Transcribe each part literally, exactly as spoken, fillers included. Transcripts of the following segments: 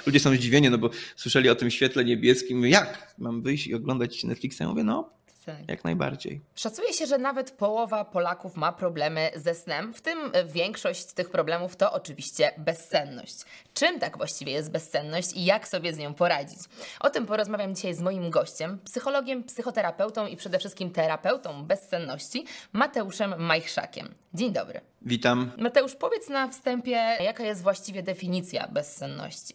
Ludzie są zdziwieni, no bo słyszeli o tym świetle niebieskim. Mówię, jak? Mam wyjść i oglądać Netflixa? Ja mówię, no Tak. jak najbardziej. Szacuje się, że nawet połowa Polaków ma problemy ze snem, w tym większość z tych problemów to oczywiście bezsenność. Czym tak właściwie jest bezsenność i jak sobie z nią poradzić? O tym porozmawiam dzisiaj z moim gościem, psychologiem, psychoterapeutą i przede wszystkim terapeutą bezsenności, Mateuszem Majchrzakiem. Dzień dobry. Witam. Mateusz, powiedz na wstępie, jaka jest właściwie definicja bezsenności?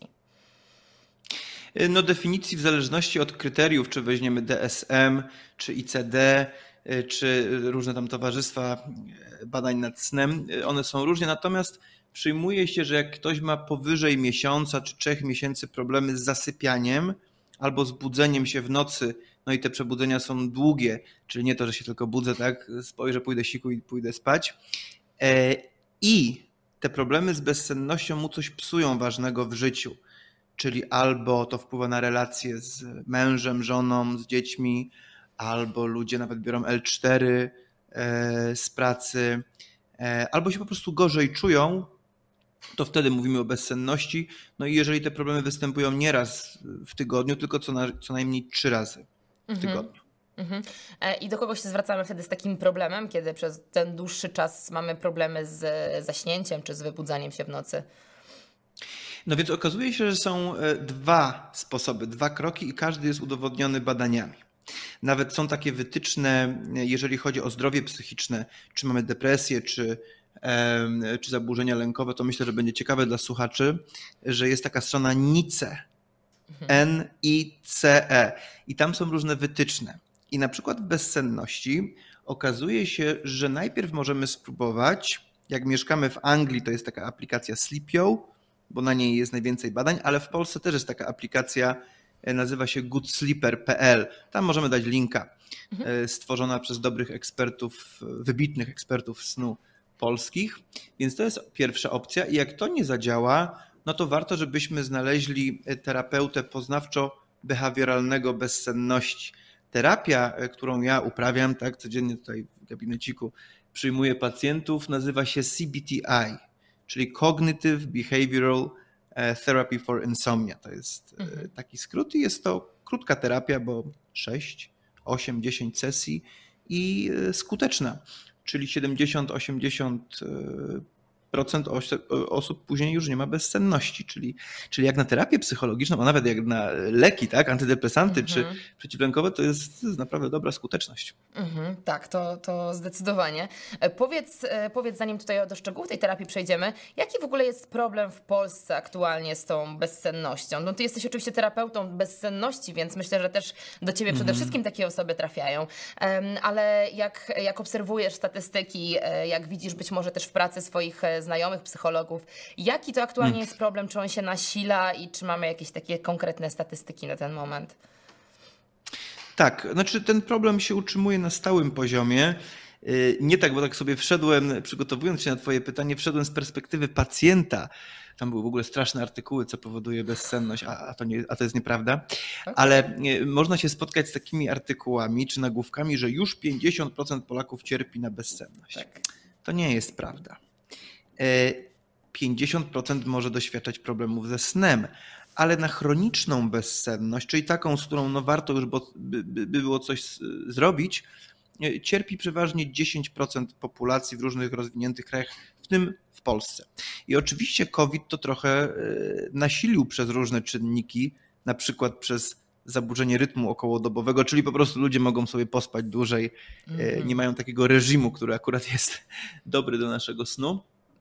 No definicji w zależności od kryteriów, czy weźmiemy D S M, czy I C D, czy różne tam towarzystwa badań nad snem, one są różne, natomiast przyjmuje się, że jak ktoś ma powyżej miesiąca czy trzech miesięcy problemy z zasypianiem albo z budzeniem się w nocy, no i te przebudzenia są długie, czyli nie to, że się tylko budzę, tak, spojrzę, pójdę siku i pójdę spać, i te problemy z bezsennością mu coś psują ważnego w życiu, czyli albo to wpływa na relacje z mężem, żoną, z dziećmi, albo ludzie nawet biorą L cztery z pracy, albo się po prostu gorzej czują, to wtedy mówimy o bezsenności. No i jeżeli te problemy występują nie raz w tygodniu, tylko co, na, co najmniej trzy razy w Mhm. tygodniu. Mhm. I do kogo się zwracamy wtedy z takim problemem, kiedy przez ten dłuższy czas mamy problemy z zaśnięciem czy z wybudzaniem się w nocy? No więc okazuje się, że są dwa sposoby, dwa kroki i każdy jest udowodniony badaniami. Nawet są takie wytyczne, jeżeli chodzi o zdrowie psychiczne, czy mamy depresję, czy, czy zaburzenia lękowe, to myślę, że będzie ciekawe dla słuchaczy, że jest taka strona NICE, N I C E i tam są różne wytyczne. I na przykład w bezsenności okazuje się, że najpierw możemy spróbować, jak mieszkamy w Anglii, to jest taka aplikacja Sleepio, bo na niej jest najwięcej badań, ale w Polsce też jest taka aplikacja, nazywa się good sleeper kropka p l. Tam możemy dać linka, mhm. stworzona przez dobrych ekspertów, wybitnych ekspertów snu polskich, więc to jest pierwsza opcja i jak to nie zadziała, no to warto, żebyśmy znaleźli terapeutę poznawczo-behawioralnego bezsenności. Terapia, którą ja uprawiam, tak, codziennie tutaj w gabineciku przyjmuję pacjentów, nazywa się C B T I, czyli Cognitive Behavioral Therapy for Insomnia. To jest mhm. taki skrót i jest to krótka terapia, bo sześć, osiem, dziesięć sesji i skuteczna, czyli siedemdziesiąt do osiemdziesięciu procent osób później już nie ma bezsenności, czyli, czyli jak na terapię psychologiczną, a nawet jak na leki, tak, antydepresanty mhm. czy przeciwlękowe, to jest, to jest naprawdę dobra skuteczność. Mhm, tak, to, to zdecydowanie. Powiedz, powiedz, zanim tutaj do szczegółów tej terapii przejdziemy, jaki w ogóle jest problem w Polsce aktualnie z tą bezsennością? No ty jesteś oczywiście terapeutą bezsenności, więc myślę, że też do ciebie przede mhm. wszystkim takie osoby trafiają, ale jak, jak obserwujesz statystyki, jak widzisz być może też w pracy swoich znajomych psychologów, jaki to aktualnie jest problem, czy on się nasila i czy mamy jakieś takie konkretne statystyki na ten moment? Tak, znaczy ten problem się utrzymuje na stałym poziomie. Nie tak, bo tak sobie wszedłem, przygotowując się na twoje pytanie, wszedłem z perspektywy pacjenta. Tam były w ogóle straszne artykuły, co powoduje bezsenność, a to, nie, a to jest nieprawda. Okay. Ale można się spotkać z takimi artykułami czy nagłówkami, że już pięćdziesiąt procent Polaków cierpi na bezsenność. Tak. To nie jest prawda. pięćdziesiąt procent może doświadczać problemów ze snem, ale na chroniczną bezsenność, czyli taką, z którą no warto już by, by było coś zrobić, cierpi przeważnie dziesięć procent populacji w różnych rozwiniętych krajach, w tym w Polsce. I oczywiście COVID to trochę nasilił przez różne czynniki, na przykład przez zaburzenie rytmu okołodobowego, czyli po prostu ludzie mogą sobie pospać dłużej, mm-hmm. nie mają takiego reżimu, który akurat jest dobry do naszego snu.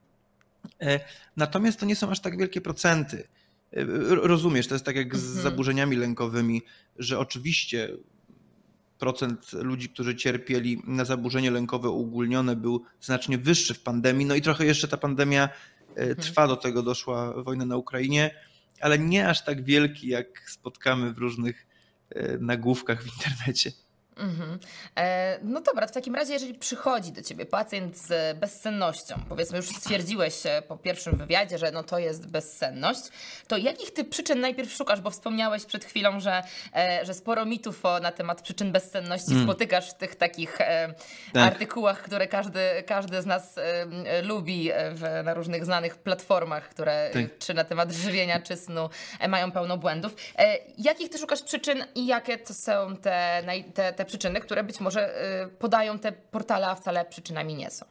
Natomiast to nie są aż tak wielkie procenty. Rozumiesz, to jest tak jak z zaburzeniami lękowymi, że oczywiście procent ludzi, którzy cierpieli na zaburzenie lękowe uogólnione był znacznie wyższy w pandemii. No i trochę jeszcze ta pandemia trwa, do tego doszła wojna na Ukrainie, ale nie aż tak wielki, jak spotkamy w różnych nagłówkach w internecie. Mhm. E, no dobra, w takim razie, jeżeli przychodzi do ciebie pacjent z bezsennością, powiedzmy już stwierdziłeś e, po pierwszym wywiadzie, że no to jest bezsenność, to jakich ty przyczyn najpierw szukasz, bo wspomniałeś przed chwilą, że, e, że sporo mitów o, na temat przyczyn bezsenności mm. spotykasz w tych takich e, tak. artykułach, które każdy, każdy z nas e, lubi w, na różnych znanych platformach, które tak. czy na temat żywienia, czy snu e, mają pełno błędów. E, jakich ty szukasz przyczyn i jakie to są te, te, te przyczyny, które być może podają te portale, a wcale przyczynami nie są?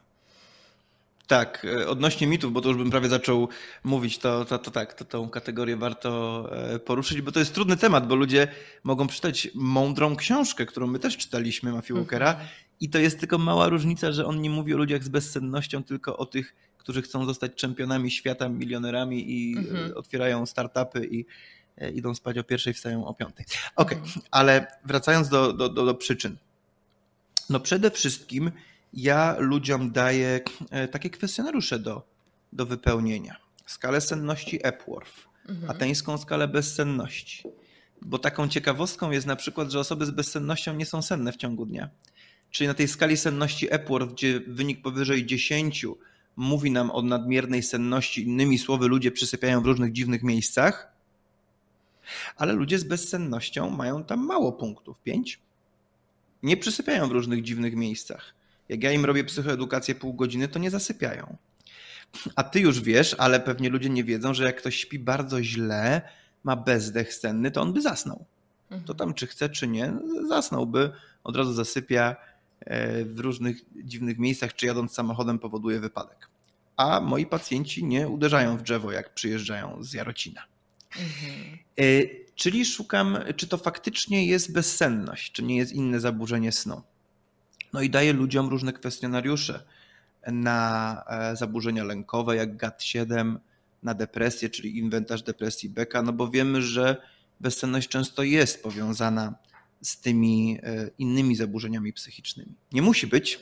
Tak, odnośnie mitów, bo to już bym prawie zaczął mówić, to, to, to tak, to tą kategorię warto poruszyć, bo to jest trudny temat, bo ludzie mogą przeczytać mądrą książkę, którą my też czytaliśmy, Matthew Walkera, mhm. i to jest tylko mała różnica, że on nie mówi o ludziach z bezsennością, tylko o tych, którzy chcą zostać czempionami świata, milionerami i mhm. otwierają startupy i idą spać o pierwszej, wstają o piątej. Okej, okay, mhm. ale wracając do, do, do, do przyczyn. No przede wszystkim ja ludziom daję takie kwestionariusze do, do wypełnienia. Skalę senności Epworth, mhm. ateńską skalę bezsenności. Bo taką ciekawostką jest na przykład, że osoby z bezsennością nie są senne w ciągu dnia. Czyli na tej skali senności Epworth, gdzie wynik powyżej dziesięć mówi nam o nadmiernej senności, innymi słowy ludzie przysypiają w różnych dziwnych miejscach, ale ludzie z bezsennością mają tam mało punktów, pięć. Nie przysypiają w różnych dziwnych miejscach. Jak ja im robię psychoedukację pół godziny, to nie zasypiają. A ty już wiesz, ale pewnie ludzie nie wiedzą, że jak ktoś śpi bardzo źle, ma bezdech senny, to on by zasnął. Mhm. To tam czy chce, czy nie, zasnąłby, od razu zasypia w różnych dziwnych miejscach, czy jadąc samochodem powoduje wypadek. A moi pacjenci nie uderzają w drzewo, jak przyjeżdżają z Jarocina. Mhm. Czyli szukam, czy to faktycznie jest bezsenność, czy nie jest inne zaburzenie snu. No i daję ludziom różne kwestionariusze na zaburzenia lękowe, jak G A T siedem, na depresję, czyli inwentarz depresji Becka, no bo wiemy, że bezsenność często jest powiązana z tymi innymi zaburzeniami psychicznymi. Nie musi być,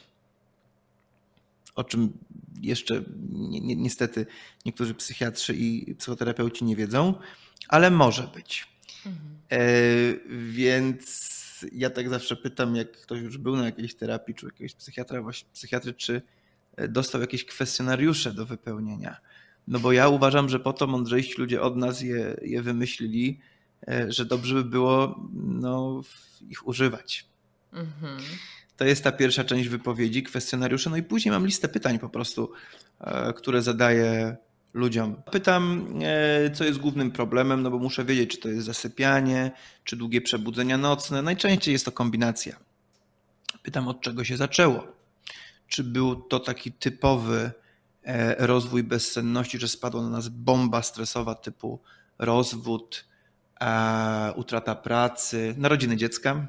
o czym jeszcze ni- ni- niestety niektórzy psychiatrzy i psychoterapeuci nie wiedzą, ale może być. Mhm. E, więc ja tak zawsze pytam, jak ktoś już był na jakiejś terapii, czy jakiegoś psychiatra, psychiatry, czy dostał jakieś kwestionariusze do wypełnienia. No bo ja uważam, że po to mądrzejsi ludzie od nas je, je wymyślili, że dobrze by było no, ich używać. Mhm. To jest ta pierwsza część wypowiedzi, kwestionariusze. No i później mam listę pytań po prostu, które zadaję ludziom. Pytam, co jest głównym problemem, no bo muszę wiedzieć, czy to jest zasypianie, czy długie przebudzenia nocne. Najczęściej jest to kombinacja. Pytam, od czego się zaczęło. Czy był to taki typowy rozwój bezsenności, że spadła na nas bomba stresowa typu rozwód, utrata pracy, narodziny dziecka.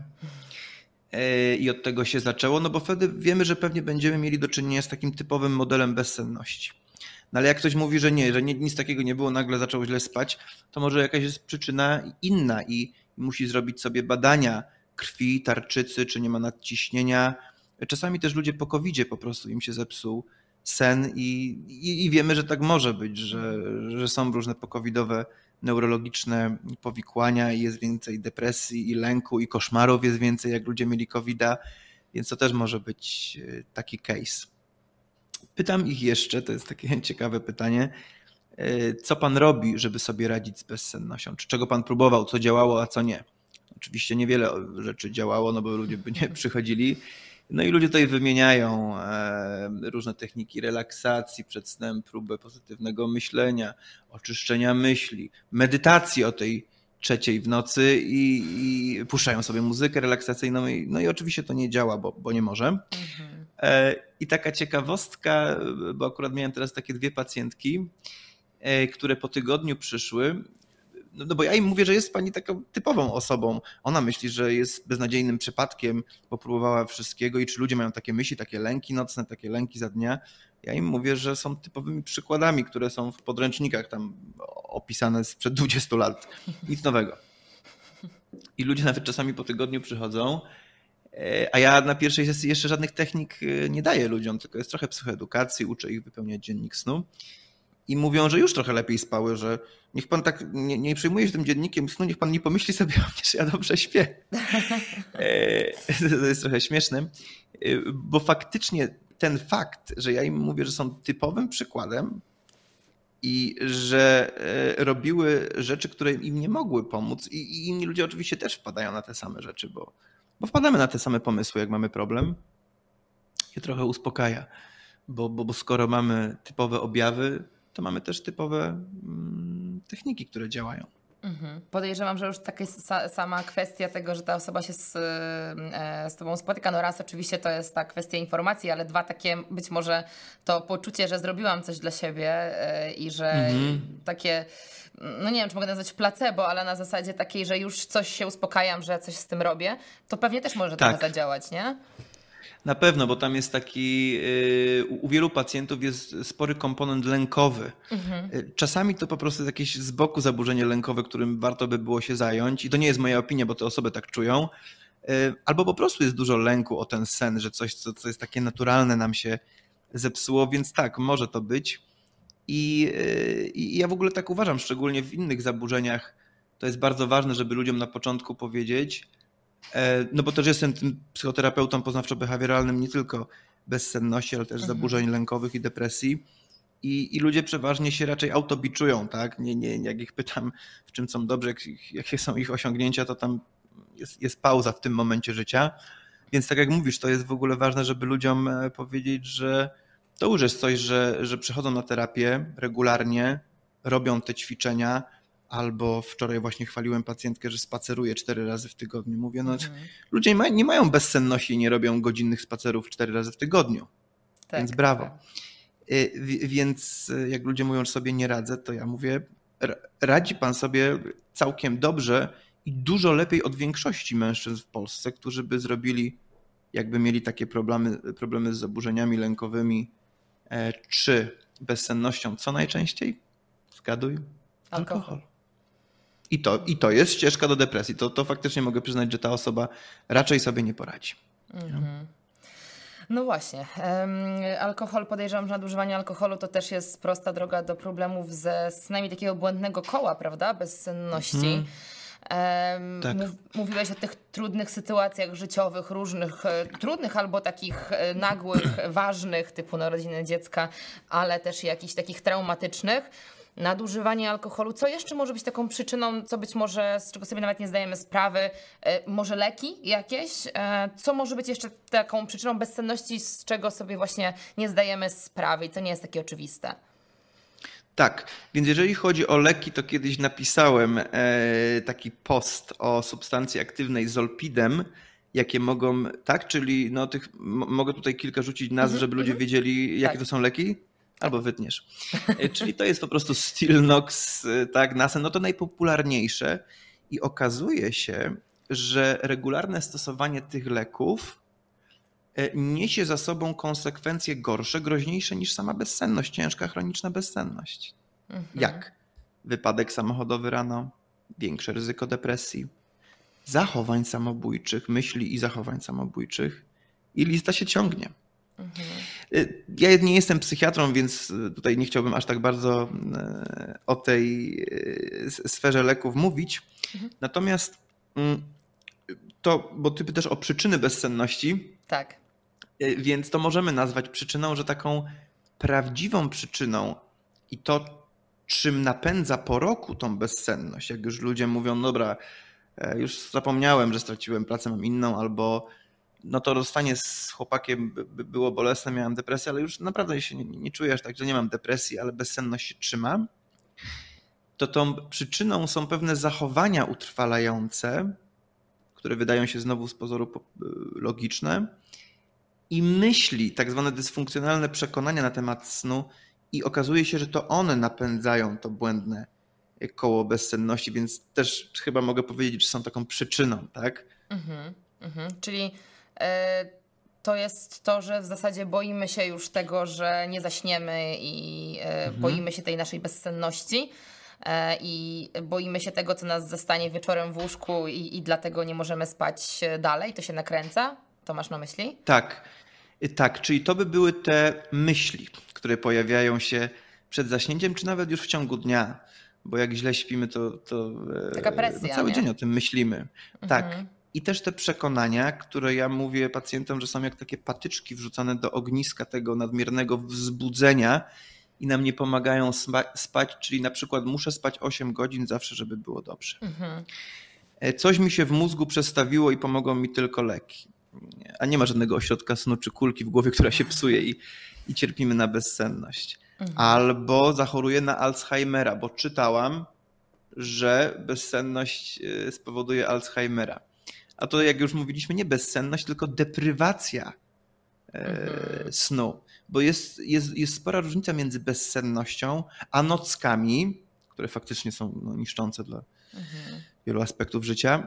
I od tego się zaczęło, no bo wtedy wiemy, że pewnie będziemy mieli do czynienia z takim typowym modelem bezsenności. No ale jak ktoś mówi, że nie, że nie, nic takiego nie było, nagle zaczął źle spać, to może jakaś jest przyczyna inna i musi zrobić sobie badania krwi, tarczycy, czy nie ma nadciśnienia. Czasami też ludzie po kowidzie po prostu im się zepsuł sen i, i, i wiemy, że tak może być, że, że są różne pokowidowe neurologiczne powikłania i jest więcej depresji i lęku i koszmarów jest więcej, jak ludzie mieli kowida, więc to też może być taki case. Pytam ich jeszcze, to jest takie ciekawe pytanie, co pan robi, żeby sobie radzić z bezsennością? Czy czego pan próbował, co działało, a co nie? Oczywiście niewiele rzeczy działało, no bo ludzie by nie przychodzili. No i ludzie tutaj wymieniają różne techniki relaksacji przed snem, próbę pozytywnego myślenia, oczyszczenia myśli, medytacji o tej trzeciej w nocy i, i puszczają sobie muzykę relaksacyjną. I, no i oczywiście to nie działa, bo, bo nie może. Mhm. I taka ciekawostka, bo akurat miałem teraz takie dwie pacjentki, które po tygodniu przyszły. No bo ja im mówię, że jest pani taką typową osobą. Ona myśli, że jest beznadziejnym przypadkiem, bo próbowała wszystkiego i czy ludzie mają takie myśli, takie lęki nocne, takie lęki za dnia. Ja im mówię, że są typowymi przykładami, które są w podręcznikach tam opisane sprzed dwudziestu lat. Nic nowego. I ludzie nawet czasami po tygodniu przychodzą, a ja na pierwszej sesji jeszcze żadnych technik nie daję ludziom, tylko jest trochę psychoedukacji, uczę ich wypełniać dziennik snu. i mówią, że już trochę lepiej spały, że niech pan tak nie, nie przejmuje się tym dziennikiem snu, niech pan nie pomyśli sobie o mnie, że ja dobrze śpię. To jest trochę śmieszne, bo faktycznie ten fakt, że ja im mówię, że są typowym przykładem i że robiły rzeczy, które im nie mogły pomóc i, i inni ludzie oczywiście też wpadają na te same rzeczy, bo, bo wpadamy na te same pomysły, jak mamy problem, je trochę uspokaja, bo, bo, bo skoro mamy typowe objawy, to mamy też typowe mm, techniki, które działają. Mhm. Podejrzewam, że już taka jest sa- sama kwestia tego, że ta osoba się z, e, z tobą spotyka. No raz oczywiście to jest ta kwestia informacji, ale dwa takie być może to poczucie, że zrobiłam coś dla siebie e, i że mhm. takie, no nie wiem, czy mogę nazwać placebo, ale na zasadzie takiej, że już coś się uspokajam, że coś z tym robię, to pewnie też może tak trochę zadziałać, nie? Na pewno, bo tam jest taki, u wielu pacjentów jest spory komponent lękowy. Mhm. Czasami to po prostu jest jakieś z boku zaburzenie lękowe, którym warto by było się zająć i to nie jest moja opinia, bo te osoby tak czują. Albo po prostu jest dużo lęku o ten sen, że coś, co, co jest takie naturalne nam się zepsuło, więc tak, może to być. I, I ja w ogóle tak uważam, szczególnie w innych zaburzeniach, to jest bardzo ważne, żeby ludziom na początku powiedzieć, no bo też jestem tym psychoterapeutą poznawczo-behawioralnym nie tylko bezsenności, ale też mhm. zaburzeń lękowych i depresji. I, I ludzie przeważnie się raczej autobiczują, tak? Nie, nie, jak ich pytam, w czym są dobrze, jak, jakie są ich osiągnięcia, to tam jest, jest pauza w tym momencie życia. Więc tak jak mówisz, to jest w ogóle ważne, żeby ludziom powiedzieć, że to już jest coś, że, że przychodzą na terapię regularnie, robią te ćwiczenia. Albo wczoraj właśnie chwaliłem pacjentkę, że spaceruje cztery razy w tygodniu. Mówię, no mhm. ludzie nie, ma, nie mają bezsenności i nie robią godzinnych spacerów cztery razy w tygodniu. Tak, więc brawo. Tak. Więc jak ludzie mówią, że sobie nie radzę, to ja mówię, radzi pan sobie całkiem dobrze i dużo lepiej od większości mężczyzn w Polsce, którzy by zrobili, jakby mieli takie problemy, problemy z zaburzeniami lękowymi czy bezsennością. Co najczęściej? Zgaduj. Alkohol. Alkohol. I to, I to jest ścieżka do depresji. To, to faktycznie mogę przyznać, że ta osoba raczej sobie nie poradzi. Mhm. No właśnie. Um, alkohol, podejrzewam, że nadużywanie alkoholu to też jest prosta droga do problemów ze snami takiego błędnego koła, prawda? Bezsenności. Mhm. Um, tak. mów, mówiłeś o tych trudnych sytuacjach życiowych, różnych, trudnych albo takich nagłych, ważnych, typu narodziny dziecka, ale też jakichś takich traumatycznych. Nadużywanie alkoholu. Co jeszcze może być taką przyczyną, co być może, z czego sobie nawet nie zdajemy sprawy? Może leki jakieś? Co może być jeszcze taką przyczyną bezsenności, z czego sobie właśnie nie zdajemy sprawy i co nie jest takie oczywiste? Tak, więc jeżeli chodzi o leki, to kiedyś napisałem taki post o substancji aktywnej zolpidem, jakie mogą, tak, czyli no tych, mogę tutaj kilka rzucić nazw, mm-hmm, żeby ludzie mm-hmm. wiedzieli, jakie tak. to są leki? Albo wytniesz. Czyli to jest po prostu Stilnox, tak, Nasen, no to najpopularniejsze i okazuje się, że regularne stosowanie tych leków niesie za sobą konsekwencje gorsze, groźniejsze niż sama bezsenność, ciężka chroniczna bezsenność. Mhm. Jak? Wypadek samochodowy rano, większe ryzyko depresji, zachowań samobójczych, myśli i zachowań samobójczych i lista się ciągnie. Mhm. Ja nie jestem psychiatrą, więc tutaj nie chciałbym aż tak bardzo o tej sferze leków mówić. Mhm. Natomiast to, bo ty pytasz o przyczyny bezsenności. Tak. Więc to możemy nazwać przyczyną, że taką prawdziwą przyczyną i to, czym napędza po roku tą bezsenność, jak już ludzie mówią, dobra, już zapomniałem, że straciłem pracę, mam inną, albo no to rozstanie z chłopakiem było bolesne, miałem depresję, ale już naprawdę się nie, nie czujesz tak, że nie mam depresji, ale bezsenność się trzyma, to tą przyczyną są pewne zachowania utrwalające, które wydają się znowu z pozoru logiczne, i myśli, tak zwane dysfunkcjonalne przekonania na temat snu, i okazuje się, że to one napędzają to błędne koło bezsenności, więc też chyba mogę powiedzieć, że są taką przyczyną, tak? Mhm, mhm. Czyli e, to jest to, że w zasadzie boimy się już tego, że nie zaśniemy i e, mhm. boimy się tej naszej bezsenności e, i boimy się tego, co nas zastanie wieczorem w łóżku i, i dlatego nie możemy spać dalej, to się nakręca? To masz na myśli? Tak, tak, czyli to by były te myśli, które pojawiają się przed zaśnięciem, czy nawet już w ciągu dnia, bo jak źle śpimy, to, to Taka presja, no cały nie? dzień o tym myślimy. Mhm. Tak. I też te przekonania, które ja mówię pacjentom, że są jak takie patyczki wrzucone do ogniska tego nadmiernego wzbudzenia i nam nie pomagają spać, czyli na przykład muszę spać osiem godzin zawsze, żeby było dobrze. Mhm. Coś mi się w mózgu przestawiło i pomogą mi tylko leki. A nie ma żadnego ośrodka snu czy kulki w głowie, która się psuje i, i cierpimy na bezsenność. Mhm. Albo zachoruję na Alzheimera, bo czytałam, że bezsenność spowoduje Alzheimera. A to, jak już mówiliśmy, nie bezsenność, tylko deprywacja mhm. snu. Bo jest, jest, jest spora różnica między bezsennością a nockami, które faktycznie są no, niszczące dla mhm. wielu aspektów życia.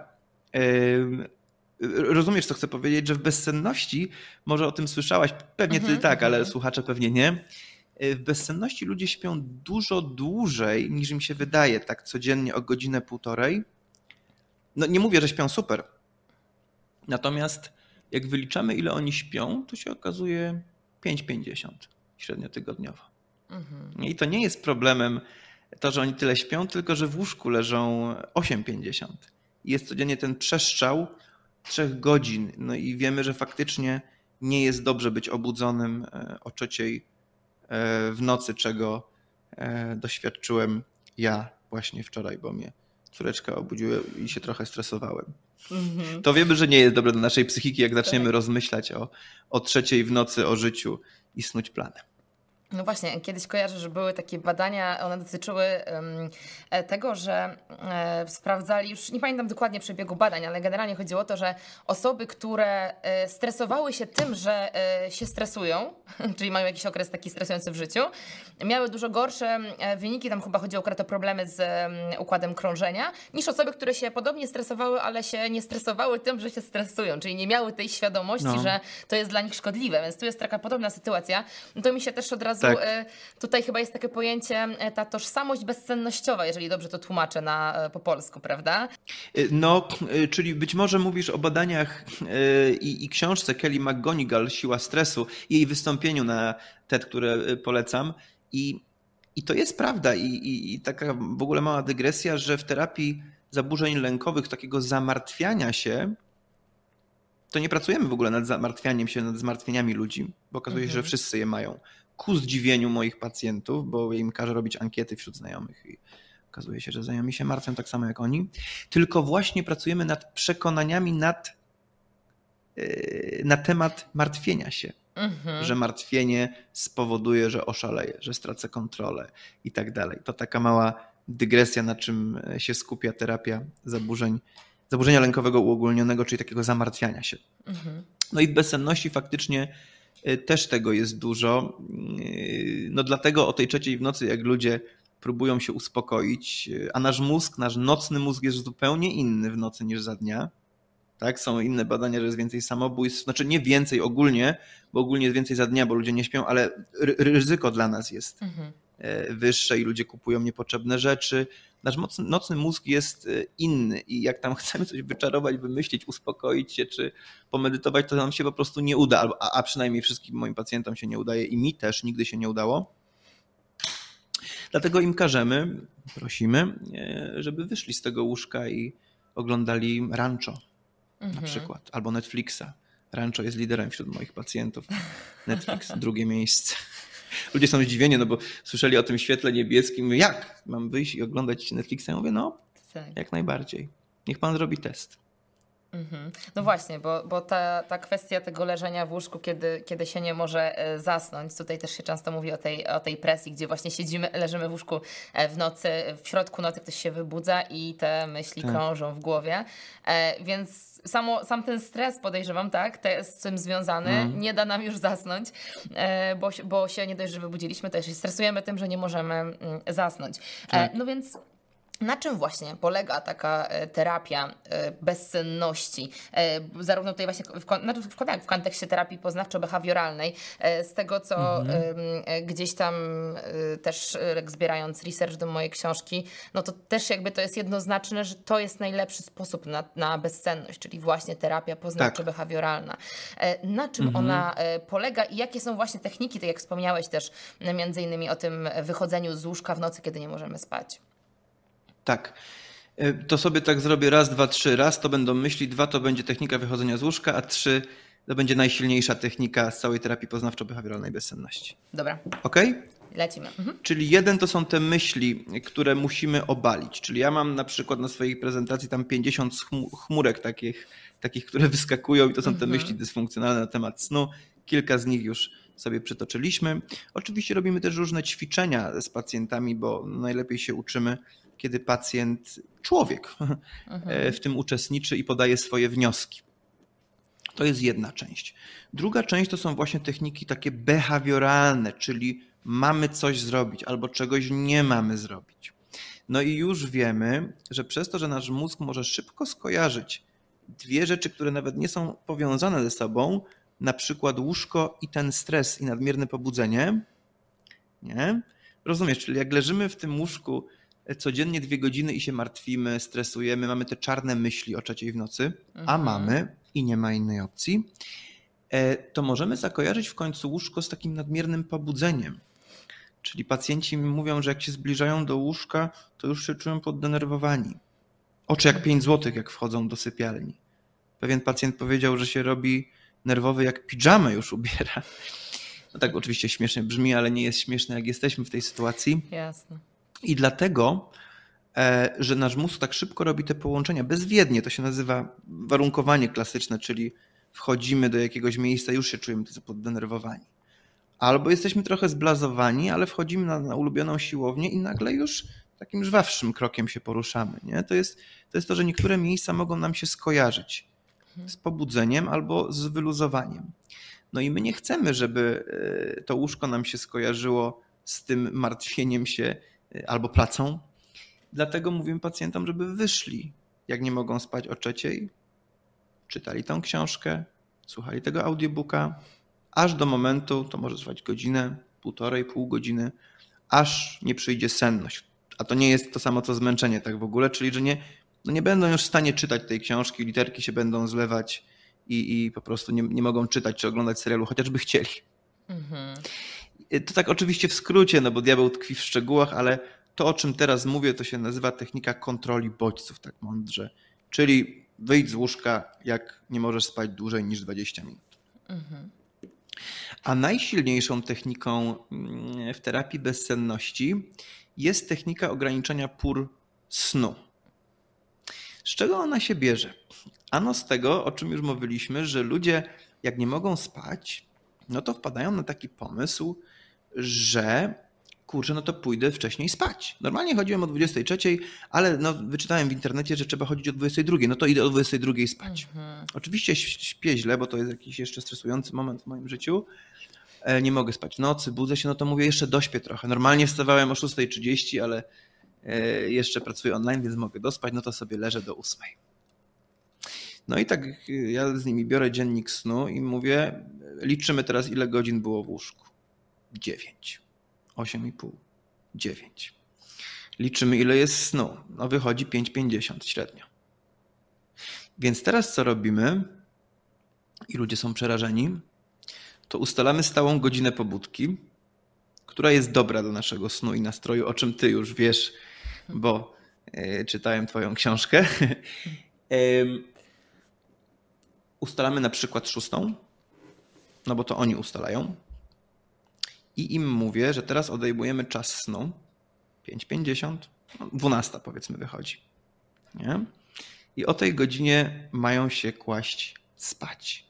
Rozumiesz, co chcę powiedzieć, że w bezsenności, może o tym słyszałaś, pewnie ty mhm. tak, ale słuchacze pewnie nie. W bezsenności ludzie śpią dużo dłużej, niż im się wydaje, tak codziennie o godzinę, półtorej. No nie mówię, że śpią super. Natomiast jak wyliczamy, ile oni śpią, to się okazuje pięć pięćdziesiąt średnio tygodniowo. Mhm. I to nie jest problemem to, że oni tyle śpią, tylko że w łóżku leżą osiem pięćdziesiąt. Jest codziennie ten przestrzał trzech godzin. No i wiemy, że faktycznie nie jest dobrze być obudzonym o trzeciej w nocy, czego doświadczyłem ja właśnie wczoraj, bo mnie córeczka obudziła i się trochę stresowałem. Mm-hmm. To wiemy, że nie jest dobre dla naszej psychiki, jak zaczniemy tak. rozmyślać o, o trzeciej w nocy, o życiu i snuć plany. No właśnie, kiedyś kojarzę, że były takie badania, one dotyczyły um, tego, że e, sprawdzali, już nie pamiętam dokładnie przebiegu badań, ale generalnie chodziło o to, że osoby, które e, stresowały się tym, że e, się stresują, czyli mają jakiś okres taki stresujący w życiu, miały dużo gorsze wyniki, tam chyba chodziło akurat o problemy z um, układem krążenia, niż osoby, które się podobnie stresowały, ale się nie stresowały tym, że się stresują, czyli nie miały tej świadomości, no. że to jest dla nich szkodliwe, więc tu jest taka podobna sytuacja. No to mi się też od razu Tak. Tutaj chyba jest takie pojęcie, ta tożsamość bezsennościowa, jeżeli dobrze to tłumaczę na, po polsku, prawda? No, czyli być może mówisz o badaniach i, i książce Kelly McGonigal, Siła stresu, i jej wystąpieniu na TED, które polecam. I, i to jest prawda i, i, i taka w ogóle mała dygresja, że w terapii zaburzeń lękowych, takiego zamartwiania się, to nie pracujemy w ogóle nad zamartwianiem się, nad zmartwieniami ludzi, bo okazuje się, mhm. że wszyscy je mają. Ku zdziwieniu moich pacjentów, bo im każę robić ankiety wśród znajomych i okazuje się, że znajomi się martwią tak samo jak oni. Tylko właśnie pracujemy nad przekonaniami nad, yy, na temat martwienia się. Mhm. Że martwienie spowoduje, że oszaleję, że stracę kontrolę i tak dalej. To taka mała dygresja, na czym się skupia terapia zaburzeń, zaburzenia lękowego uogólnionego, czyli takiego zamartwiania się. Mhm. No i w bezsenności faktycznie też tego jest dużo. No dlatego o tej trzeciej w nocy, jak ludzie próbują się uspokoić, a nasz mózg, nasz nocny mózg jest zupełnie inny w nocy niż za dnia. Tak? Są inne badania, że jest więcej samobójstw, znaczy nie więcej ogólnie, bo ogólnie jest więcej za dnia, bo ludzie nie śpią, ale ryzyko dla nas jest mhm. wyższe i ludzie kupują niepotrzebne rzeczy. Nasz nocny mózg jest inny i jak tam chcemy coś wyczarować, wymyślić, uspokoić się czy pomedytować, to nam się po prostu nie uda, a, a przynajmniej wszystkim moim pacjentom się nie udaje i mi też nigdy się nie udało. Dlatego im każemy, prosimy, żeby wyszli z tego łóżka i oglądali Rancho mhm. na przykład, albo Netflixa. Rancho jest liderem wśród moich pacjentów. Netflix drugie miejsce. Ludzie są zdziwieni, no bo słyszeli o tym świetle niebieskim. Mówię, jak? Mam wyjść i oglądać Netflixa? Ja mówię, no tak. jak najbardziej. Niech pan zrobi test. Mhm. No właśnie, bo, bo ta, ta kwestia tego leżenia w łóżku, kiedy, kiedy się nie może zasnąć, tutaj też się często mówi o tej, o tej presji, gdzie właśnie siedzimy, leżymy w łóżku w nocy, w środku nocy ktoś się wybudza i te myśli tak. krążą w głowie, więc samo, sam ten stres, podejrzewam, tak, te, z tym związany, mm. nie da nam już zasnąć, bo, bo się nie dość, że wybudziliśmy, też się stresujemy tym, że nie możemy zasnąć. Tak. No więc Na czym właśnie polega taka terapia bezsenności? Zarówno tutaj właśnie w, w, w kontekście terapii poznawczo-behawioralnej, z tego co mhm. gdzieś tam też zbierając research do mojej książki, no to też jakby to jest jednoznaczne, że to jest najlepszy sposób na, na bezsenność, czyli właśnie terapia poznawczo-behawioralna. Na czym mhm. ona polega i jakie są właśnie techniki, tak jak wspomniałeś też między innymi o tym wychodzeniu z łóżka w nocy, kiedy nie możemy spać? Tak. To sobie tak zrobię raz, dwa, trzy. Raz to będą myśli, dwa to będzie technika wychodzenia z łóżka, a trzy to będzie najsilniejsza technika z całej terapii poznawczo-behawioralnej bezsenności. Dobra. Okej? Okay? Lecimy. Mhm. Czyli jeden to są te myśli, które musimy obalić. Czyli ja mam na przykład na swojej prezentacji tam pięćdziesiąt chmurek takich, takich które wyskakują i to są te mhm. myśli dysfunkcjonalne na temat snu. Kilka z nich już sobie przytoczyliśmy. Oczywiście robimy też różne ćwiczenia z pacjentami, bo najlepiej się uczymy, kiedy pacjent, człowiek mhm. w tym uczestniczy i podaje swoje wnioski. To jest jedna część. Druga część to są właśnie techniki takie behawioralne, czyli mamy coś zrobić albo czegoś nie mamy zrobić. No i już wiemy, że przez to, że nasz mózg może szybko skojarzyć dwie rzeczy, które nawet nie są powiązane ze sobą, na przykład łóżko i ten stres i nadmierne pobudzenie, nie? Rozumiesz, czyli jak leżymy w tym łóżku codziennie dwie godziny i się martwimy, stresujemy, mamy te czarne myśli o trzeciej w nocy, mhm. a mamy i nie ma innej opcji, to możemy zakojarzyć w końcu łóżko z takim nadmiernym pobudzeniem. Czyli pacjenci mi mówią, że jak się zbliżają do łóżka, to już się czują poddenerwowani. Oczy jak pięć złotych, jak wchodzą do sypialni. Pewien pacjent powiedział, że się robi nerwowy, jak pidżamę już ubiera. No tak oczywiście śmiesznie brzmi, ale nie jest śmieszne, jak jesteśmy w tej sytuacji. Jasne. I dlatego, że nasz mózg tak szybko robi te połączenia bezwiednie, to się nazywa warunkowanie klasyczne, czyli wchodzimy do jakiegoś miejsca, już się czujemy poddenerwowani. Albo jesteśmy trochę zblazowani, ale wchodzimy na, na ulubioną siłownię i nagle już takim żwawszym krokiem się poruszamy. Nie? To jest, to jest to, że niektóre miejsca mogą nam się skojarzyć z pobudzeniem albo z wyluzowaniem. No i my nie chcemy, żeby to łóżko nam się skojarzyło z tym martwieniem się albo pracą. Dlatego mówimy pacjentom, żeby wyszli, jak nie mogą spać o trzeciej, czytali tą książkę, słuchali tego audiobooka, aż do momentu, to może trwać godzinę, półtorej, pół godziny, aż nie przyjdzie senność. A to nie jest to samo co zmęczenie tak w ogóle, czyli że nie, no nie będą już w stanie czytać tej książki, literki się będą zlewać i, i po prostu nie, nie mogą czytać czy oglądać serialu, chociażby chcieli. Mhm. To tak oczywiście w skrócie, no bo diabeł tkwi w szczegółach, ale to, o czym teraz mówię, to się nazywa technika kontroli bodźców, tak mądrze. Czyli wyjdź z łóżka, jak nie możesz spać dłużej niż dwadzieścia minut. Mhm. A najsilniejszą techniką w terapii bezsenności jest technika ograniczenia pór snu. Z czego ona się bierze? Ano z tego, o czym już mówiliśmy, że ludzie jak nie mogą spać, no to wpadają na taki pomysł, że kurczę, no to pójdę wcześniej spać. Normalnie chodziłem o dwudziestej trzeciej, ale no, wyczytałem w internecie, że trzeba chodzić o dwudziestej drugiej, no to idę o dwudziestej drugiej spać. Mhm. Oczywiście śpię źle, bo to jest jakiś jeszcze stresujący moment w moim życiu. Nie mogę spać w nocy, budzę się, no to mówię, jeszcze dośpię trochę. Normalnie wstawałem o szóstej trzydzieści, ale jeszcze pracuję online, więc mogę dospać, no to sobie leżę do ósmej. No i tak ja z nimi biorę dziennik snu i mówię, liczymy teraz, ile godzin było w łóżku. Dziewięć. Osiem i pół. Dziewięć. Liczymy, ile jest snu. No wychodzi pięć pięćdziesiąt średnio. Więc teraz co robimy? I ludzie są przerażeni. To ustalamy stałą godzinę pobudki, która jest dobra do naszego snu i nastroju, o czym ty już wiesz, bo y, czytałem twoją książkę. y, ustalamy na przykład szóstą, no bo to oni ustalają. I im mówię, że teraz odejmujemy czas snu, pięć pięćdziesiąt, no dwunasta powiedzmy wychodzi. Nie? I o tej godzinie mają się kłaść spać.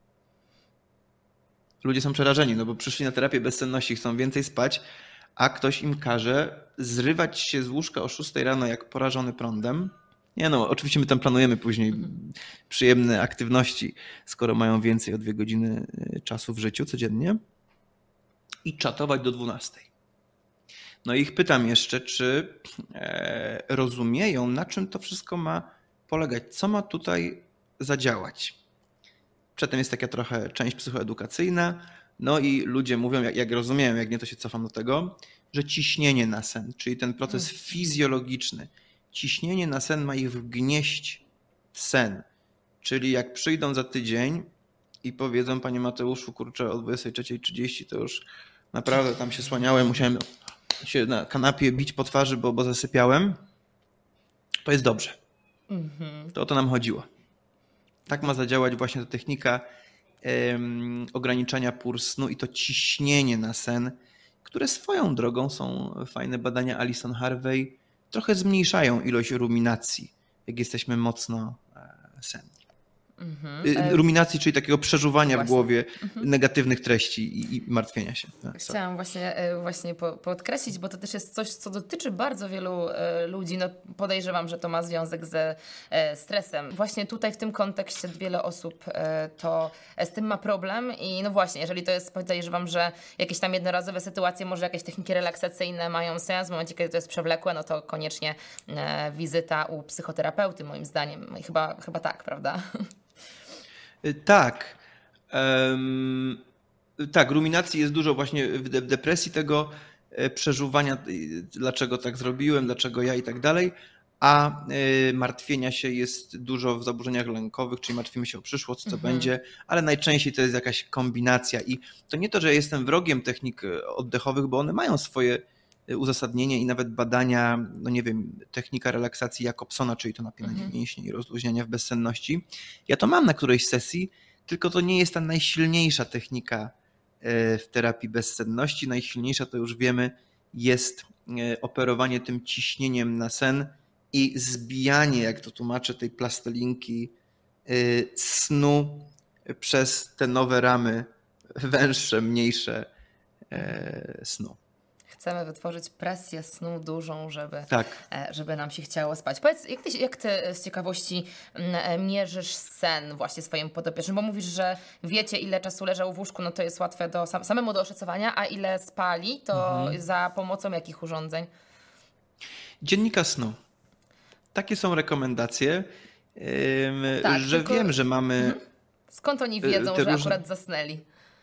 Ludzie są przerażeni, no bo przyszli na terapię bezsenności, chcą więcej spać, a ktoś im każe zrywać się z łóżka o szóstej rano jak porażony prądem. Nie no, oczywiście my tam planujemy później przyjemne aktywności, skoro mają więcej o dwie godziny czasu w życiu codziennie. I czatować do dwunastej. No i ich pytam jeszcze, czy e, rozumieją, na czym to wszystko ma polegać, co ma tutaj zadziałać. Przedtem jest taka trochę część psychoedukacyjna, no i ludzie mówią, jak, jak rozumieją, jak nie to się cofam do tego, że ciśnienie na sen, czyli ten proces fizjologiczny, ciśnienie na sen ma ich wgnieść w sen. Czyli jak przyjdą za tydzień i powiedzą, panie Mateuszu, kurczę, o dwudziestej trzeciej trzydzieści to już naprawdę tam się słaniałem, musiałem się na kanapie bić po twarzy, bo, bo zasypiałem, to jest dobrze. Mhm. To o to nam chodziło. Tak ma zadziałać właśnie ta technika um, ograniczania pór snu i to ciśnienie na sen, które swoją drogą są fajne badania Alison Harvey, trochę zmniejszają ilość ruminacji, jak jesteśmy mocno senni. Mhm. Ruminacji, czyli takiego przeżuwania właśnie w głowie mhm. negatywnych treści i, i martwienia się. Chciałam właśnie, właśnie podkreślić, bo to też jest coś, co dotyczy bardzo wielu ludzi. No podejrzewam, że to ma związek ze stresem. Właśnie tutaj w tym kontekście wiele osób to z tym ma problem i no właśnie, jeżeli to jest, podejrzewam, że jakieś tam jednorazowe sytuacje, może jakieś techniki relaksacyjne mają sens, w momencie, kiedy to jest przewlekłe, no to koniecznie wizyta u psychoterapeuty moim zdaniem. I chyba, chyba tak, prawda? Tak. Um, tak, ruminacji jest dużo właśnie w depresji tego przeżuwania, dlaczego tak zrobiłem, dlaczego ja i tak dalej, a martwienia się jest dużo w zaburzeniach lękowych, czyli martwimy się o przyszłość, co mhm. będzie, ale najczęściej to jest jakaś kombinacja i to nie to, że jestem wrogiem technik oddechowych, bo one mają swoje uzasadnienie i nawet badania, no nie wiem, technika relaksacji Jacobsona, czyli to napinanie mhm. mięśni i rozluźniania w bezsenności. Ja to mam na którejś sesji, tylko to nie jest ta najsilniejsza technika w terapii bezsenności. Najsilniejsza, to już wiemy, jest operowanie tym ciśnieniem na sen i zbijanie, jak to tłumaczę, tej plastelinki snu przez te nowe ramy węższe, mniejsze snu. Chcemy wytworzyć presję snu dużą, żeby, tak. żeby nam się chciało spać. Powiedz, jak ty, jak ty z ciekawości mierzysz sen właśnie swoim podopiecznym? Bo mówisz, że wiecie, ile czasu leżał w łóżku, no to jest łatwe do, samemu do oszacowania, a ile spali, to mhm. za pomocą jakich urządzeń? Dziennika snu. Takie są rekomendacje, tak, że tylko... wiem, że mamy... Mhm. Skąd oni wiedzą, że różne... akurat zasnęli?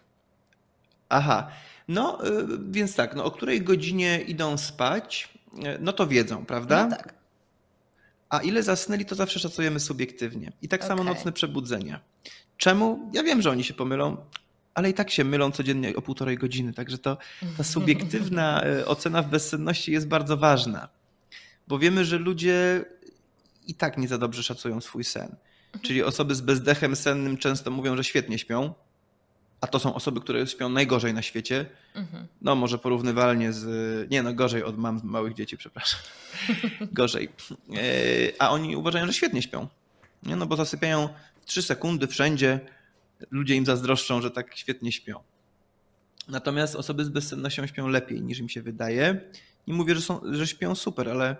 Aha. No, więc tak, no, o której godzinie idą spać, no to wiedzą, prawda? No tak. A ile zasnęli, to zawsze szacujemy subiektywnie. I tak okay. samo nocne przebudzenia. Czemu? Ja wiem, że oni się pomylą, ale i tak się mylą codziennie o półtorej godziny. Także to, ta subiektywna ocena w bezsenności jest bardzo ważna. Bo wiemy, że ludzie i tak nie za dobrze szacują swój sen. Czyli osoby z bezdechem sennym często mówią, że świetnie śpią, a to są osoby, które śpią najgorzej na świecie. Mhm. No może porównywalnie z... Nie no, gorzej od mam małych dzieci, przepraszam. Gorzej. A oni uważają, że świetnie śpią. Nie? No bo zasypiają w trzy sekundy wszędzie. Ludzie im zazdroszczą, że tak świetnie śpią. Natomiast osoby z bezsennością śpią lepiej niż im się wydaje. Nie mówię, że, są, że śpią super, ale,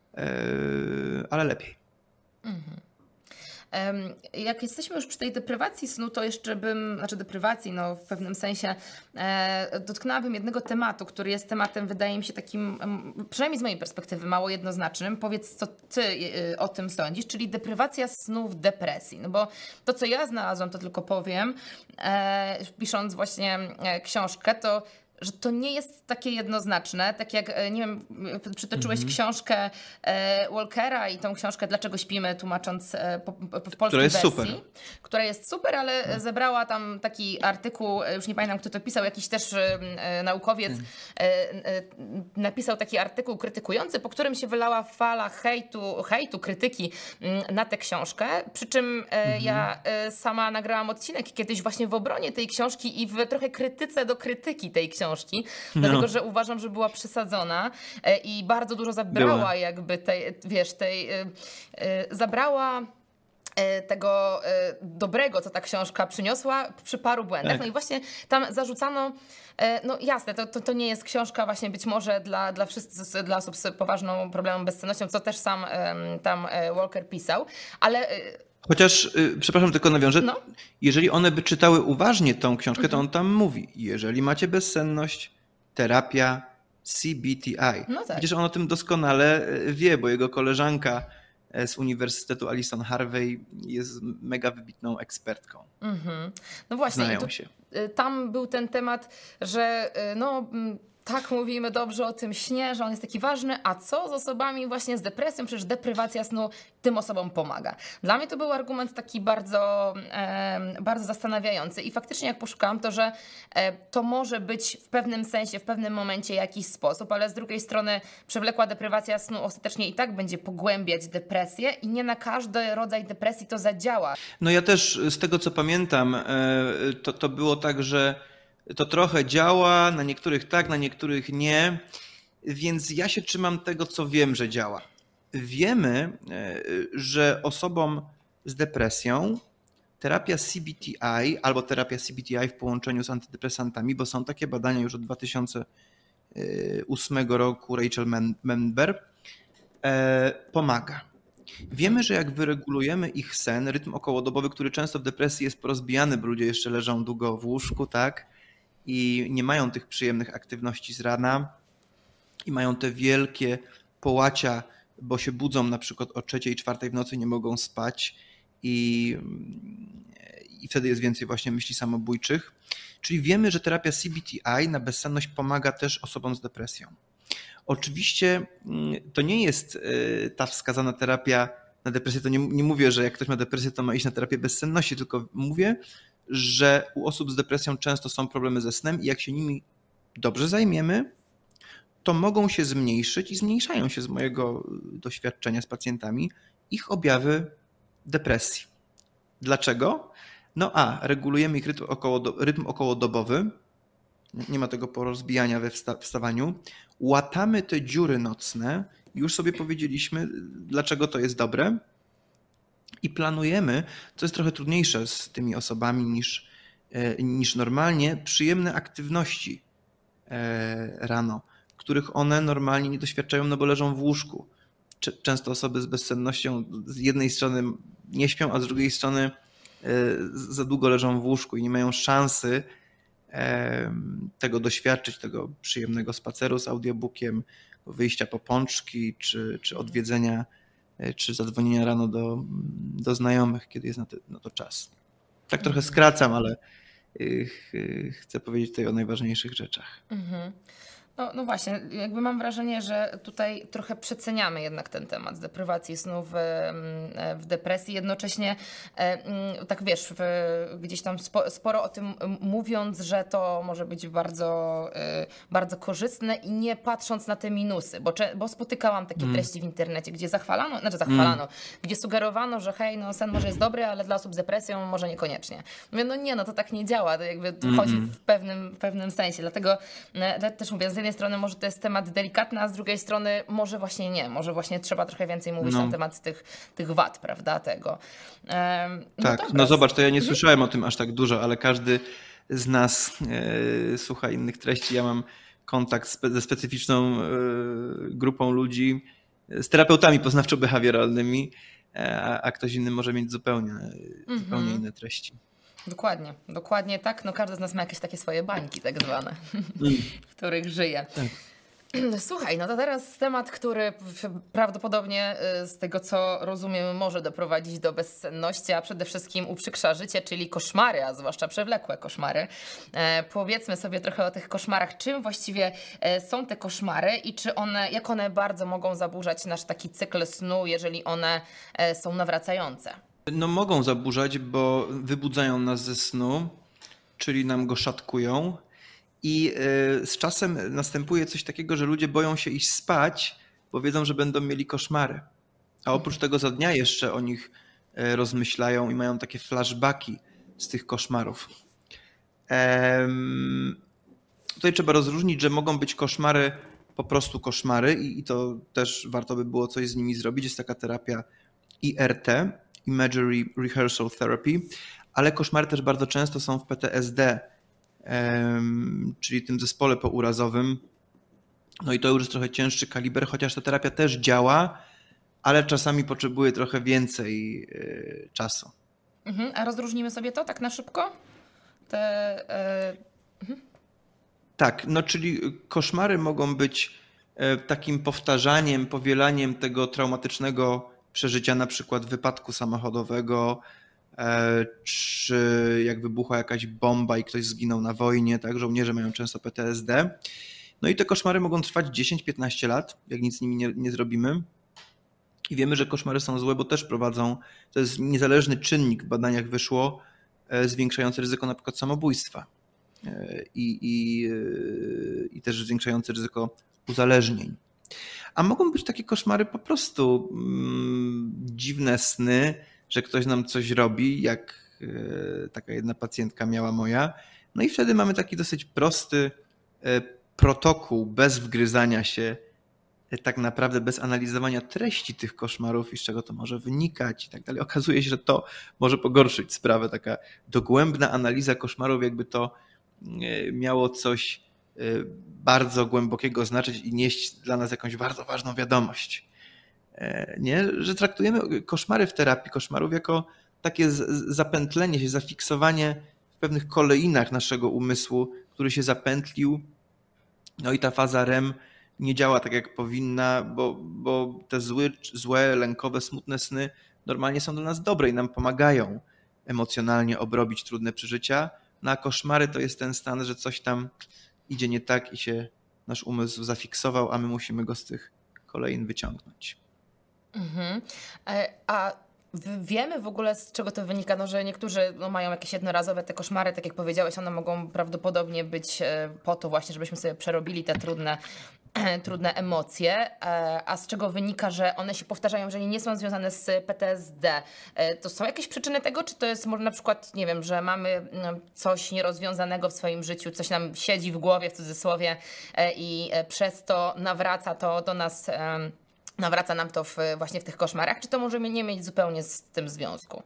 ale lepiej. Mhm. Jak jesteśmy już przy tej deprywacji snu, to jeszcze bym, znaczy deprywacji, no w pewnym sensie e, dotknęłabym jednego tematu, który jest tematem, wydaje mi się takim, przynajmniej z mojej perspektywy, mało jednoznacznym. Powiedz, co ty o tym sądzisz, czyli deprywacja snu w depresji. No bo to, co ja znalazłam, to tylko powiem, e, pisząc właśnie książkę, to że to nie jest takie jednoznaczne, tak jak, nie wiem, przytoczyłeś mm-hmm. książkę Walkera i tą książkę Dlaczego śpimy, tłumacząc po, po, w polskiej wersji, super. która jest super, ale no. zebrała tam taki artykuł, już nie pamiętam, kto to pisał, jakiś też naukowiec mm. napisał taki artykuł krytykujący, po którym się wylała fala hejtu, hejtu, krytyki na tę książkę, przy czym mm-hmm. ja sama nagrałam odcinek kiedyś właśnie w obronie tej książki i w trochę krytyce do krytyki tej książki. Książki, no. dlatego że uważam, że była przesadzona i bardzo dużo zabrała była. jakby tej, wiesz, tej, zabrała tego dobrego, co ta książka przyniosła przy paru błędach. Tak. No i właśnie tam zarzucano, no jasne, to, to, to nie jest książka właśnie być może dla, dla, wszyscy, dla osób z poważną problemem bezsennością, co też sam tam Walker pisał, ale... Chociaż, przepraszam, tylko nawiążę, no. jeżeli one by czytały uważnie tą książkę, to on tam mówi, jeżeli macie bezsenność, terapia, C B T I. No tak. Przecież on o tym doskonale wie, bo jego koleżanka z Uniwersytetu Alison Harvey jest mega wybitną ekspertką. Mhm. No właśnie. Znają tu, się. Tam był ten temat, że no... Tak, mówimy dobrze o tym śnie, że on jest taki ważny, a co z osobami właśnie z depresją? Przecież deprywacja snu tym osobom pomaga. Dla mnie to był argument taki bardzo, e, bardzo zastanawiający i faktycznie jak poszukałam, to że e, to może być w pewnym sensie, w pewnym momencie jakiś sposób, ale z drugiej strony przewlekła deprywacja snu ostatecznie i tak będzie pogłębiać depresję i nie na każdy rodzaj depresji to zadziała. No ja też z tego co pamiętam, to, to było tak, że to trochę działa, na niektórych tak, na niektórych nie, więc ja się trzymam tego, co wiem, że działa. Wiemy, że osobom z depresją terapia C B T I albo terapia C B T I w połączeniu z antydepresantami, bo są takie badania już od dwa tysiące ósmego roku, Rachel Member, pomaga. Wiemy, że jak wyregulujemy ich sen, rytm okołodobowy, który często w depresji jest porozbijany, bo ludzie jeszcze leżą długo w łóżku, tak? I nie mają tych przyjemnych aktywności z rana i mają te wielkie połacia, bo się budzą na przykład o trzeciej, czwartej w nocy, nie mogą spać i, i wtedy jest więcej właśnie myśli samobójczych. Czyli wiemy, że terapia C B T I na bezsenność pomaga też osobom z depresją. Oczywiście to nie jest ta wskazana terapia na depresję, to nie, nie mówię, że jak ktoś ma depresję, to ma iść na terapię bezsenności, tylko mówię, że u osób z depresją często są problemy ze snem i jak się nimi dobrze zajmiemy, to mogą się zmniejszyć i zmniejszają się z mojego doświadczenia z pacjentami ich objawy depresji. Dlaczego? No a, regulujemy ich rytm, około, rytm okołodobowy, nie ma tego porozbijania we wstawaniu, łatamy te dziury nocne, już sobie powiedzieliśmy, dlaczego to jest dobre i planujemy, co jest trochę trudniejsze z tymi osobami niż, niż normalnie, przyjemne aktywności rano, których one normalnie nie doświadczają, no bo leżą w łóżku. Często osoby z bezsennością z jednej strony nie śpią, a z drugiej strony za długo leżą w łóżku i nie mają szansy tego doświadczyć, tego przyjemnego spaceru z audiobookiem, wyjścia po pączki, czy, czy odwiedzenia, czy zadzwonienia rano do, do znajomych, kiedy jest na to, na to czas. Tak trochę skracam, ale chcę powiedzieć tutaj o najważniejszych rzeczach. Mhm. No, no właśnie, jakby mam wrażenie, że tutaj trochę przeceniamy jednak ten temat deprywacji snu w, w depresji. Jednocześnie tak wiesz, w, gdzieś tam spo, sporo o tym mówiąc, że to może być bardzo, bardzo korzystne i nie patrząc na te minusy, bo, bo spotykałam takie mm. treści w internecie, gdzie zachwalano, znaczy zachwalano, mm. gdzie sugerowano, że hej, no sen może jest dobry, ale dla osób z depresją może niekoniecznie. Mówię, no nie, no to tak nie działa, to jakby tu mm-hmm. chodzi w pewnym, w pewnym sensie, dlatego też mówię, z jednej strony może to jest temat delikatny, a z drugiej strony może właśnie nie, może właśnie trzeba trochę więcej mówić no. na temat tych, tych wad, prawda, tego. Um, no tak, dobra. no zobacz, to ja nie słyszałem o tym aż tak dużo, ale każdy z nas e, słucha innych treści. Ja mam kontakt spe, ze specyficzną e, grupą ludzi, z terapeutami poznawczo-behawioralnymi, a, a ktoś inny może mieć zupełnie, mm-hmm. zupełnie inne treści. Dokładnie, dokładnie tak. No każdy z nas ma jakieś takie swoje bańki tak zwane, mm. w których żyje. Tak. Słuchaj, no to teraz temat, który prawdopodobnie z tego co rozumiem może doprowadzić do bezsenności, a przede wszystkim uprzykrza życie, czyli koszmary, a zwłaszcza przewlekłe koszmary. E, powiedzmy sobie trochę o tych koszmarach. Czym właściwie są te koszmary i czy one, jak one bardzo mogą zaburzać nasz taki cykl snu, jeżeli one są nawracające? No mogą zaburzać, bo wybudzają nas ze snu, czyli nam go szatkują i z czasem następuje coś takiego, że ludzie boją się iść spać, bo wiedzą, że będą mieli koszmary. A oprócz tego za dnia jeszcze o nich rozmyślają i mają takie flashbacki z tych koszmarów. Tutaj trzeba rozróżnić, że mogą być koszmary, po prostu koszmary i to też warto by było coś z nimi zrobić. Jest taka terapia I R T, Imagery Rehearsal Therapy, ale koszmary też bardzo często są w P T S D, czyli tym zespole pourazowym. No i to już jest trochę cięższy kaliber, chociaż ta terapia też działa, ale czasami potrzebuje trochę więcej czasu. Mhm, a rozróżnimy sobie to tak na szybko? Te, yy... mhm. Tak, no czyli koszmary mogą być takim powtarzaniem, powielaniem tego traumatycznego przeżycia, na przykład wypadku samochodowego, czy jak wybuchła jakaś bomba i ktoś zginął na wojnie, tak? Żołnierze mają często P T S D. No i te koszmary mogą trwać dziesięć piętnaście lat, jak nic z nimi nie, nie zrobimy. I wiemy, że koszmary są złe, bo też prowadzą, to jest niezależny czynnik, w badaniach wyszło, zwiększający ryzyko na przykład samobójstwa i, i, i też zwiększający ryzyko uzależnień. A mogą być takie koszmary po prostu mm, dziwne sny, że ktoś nam coś robi, jak e, taka jedna pacjentka miała moja. No i wtedy mamy taki dosyć prosty e, protokół, bez wgryzania się, e, tak naprawdę bez analizowania treści tych koszmarów i z czego to może wynikać i tak dalej. Okazuje się, że to może pogorszyć sprawę. Taka dogłębna analiza koszmarów, jakby to e, miało coś e, bardzo głębokiego znaczyć i nieść dla nas jakąś bardzo ważną wiadomość. Nie? Że traktujemy koszmary w terapii koszmarów jako takie zapętlenie się, zafiksowanie w pewnych kolejnach naszego umysłu, który się zapętlił. No i ta faza R E M nie działa tak jak powinna, bo, bo te złe, złe, lękowe, smutne sny normalnie są dla nas dobre i nam pomagają emocjonalnie obrobić trudne przeżycia. No a koszmary to jest ten stan, że coś tam idzie nie tak i się nasz umysł zafiksował, a my musimy go z tych kolejn wyciągnąć. Mhm. A wiemy w ogóle, z czego to wynika, no, że niektórzy no, mają jakieś jednorazowe te koszmary, tak jak powiedziałeś, one mogą prawdopodobnie być po to właśnie, żebyśmy sobie przerobili te trudne, trudne emocje, a z czego wynika, że one się powtarzają, jeżeli nie są związane z P T S D. To są jakieś przyczyny tego, czy to jest może na przykład, nie wiem, że mamy coś nierozwiązanego w swoim życiu, coś nam siedzi w głowie w cudzysłowie i przez to nawraca to do nas... Nawraca nam to w, właśnie w tych koszmarach, czy to możemy nie mieć zupełnie z tym związku?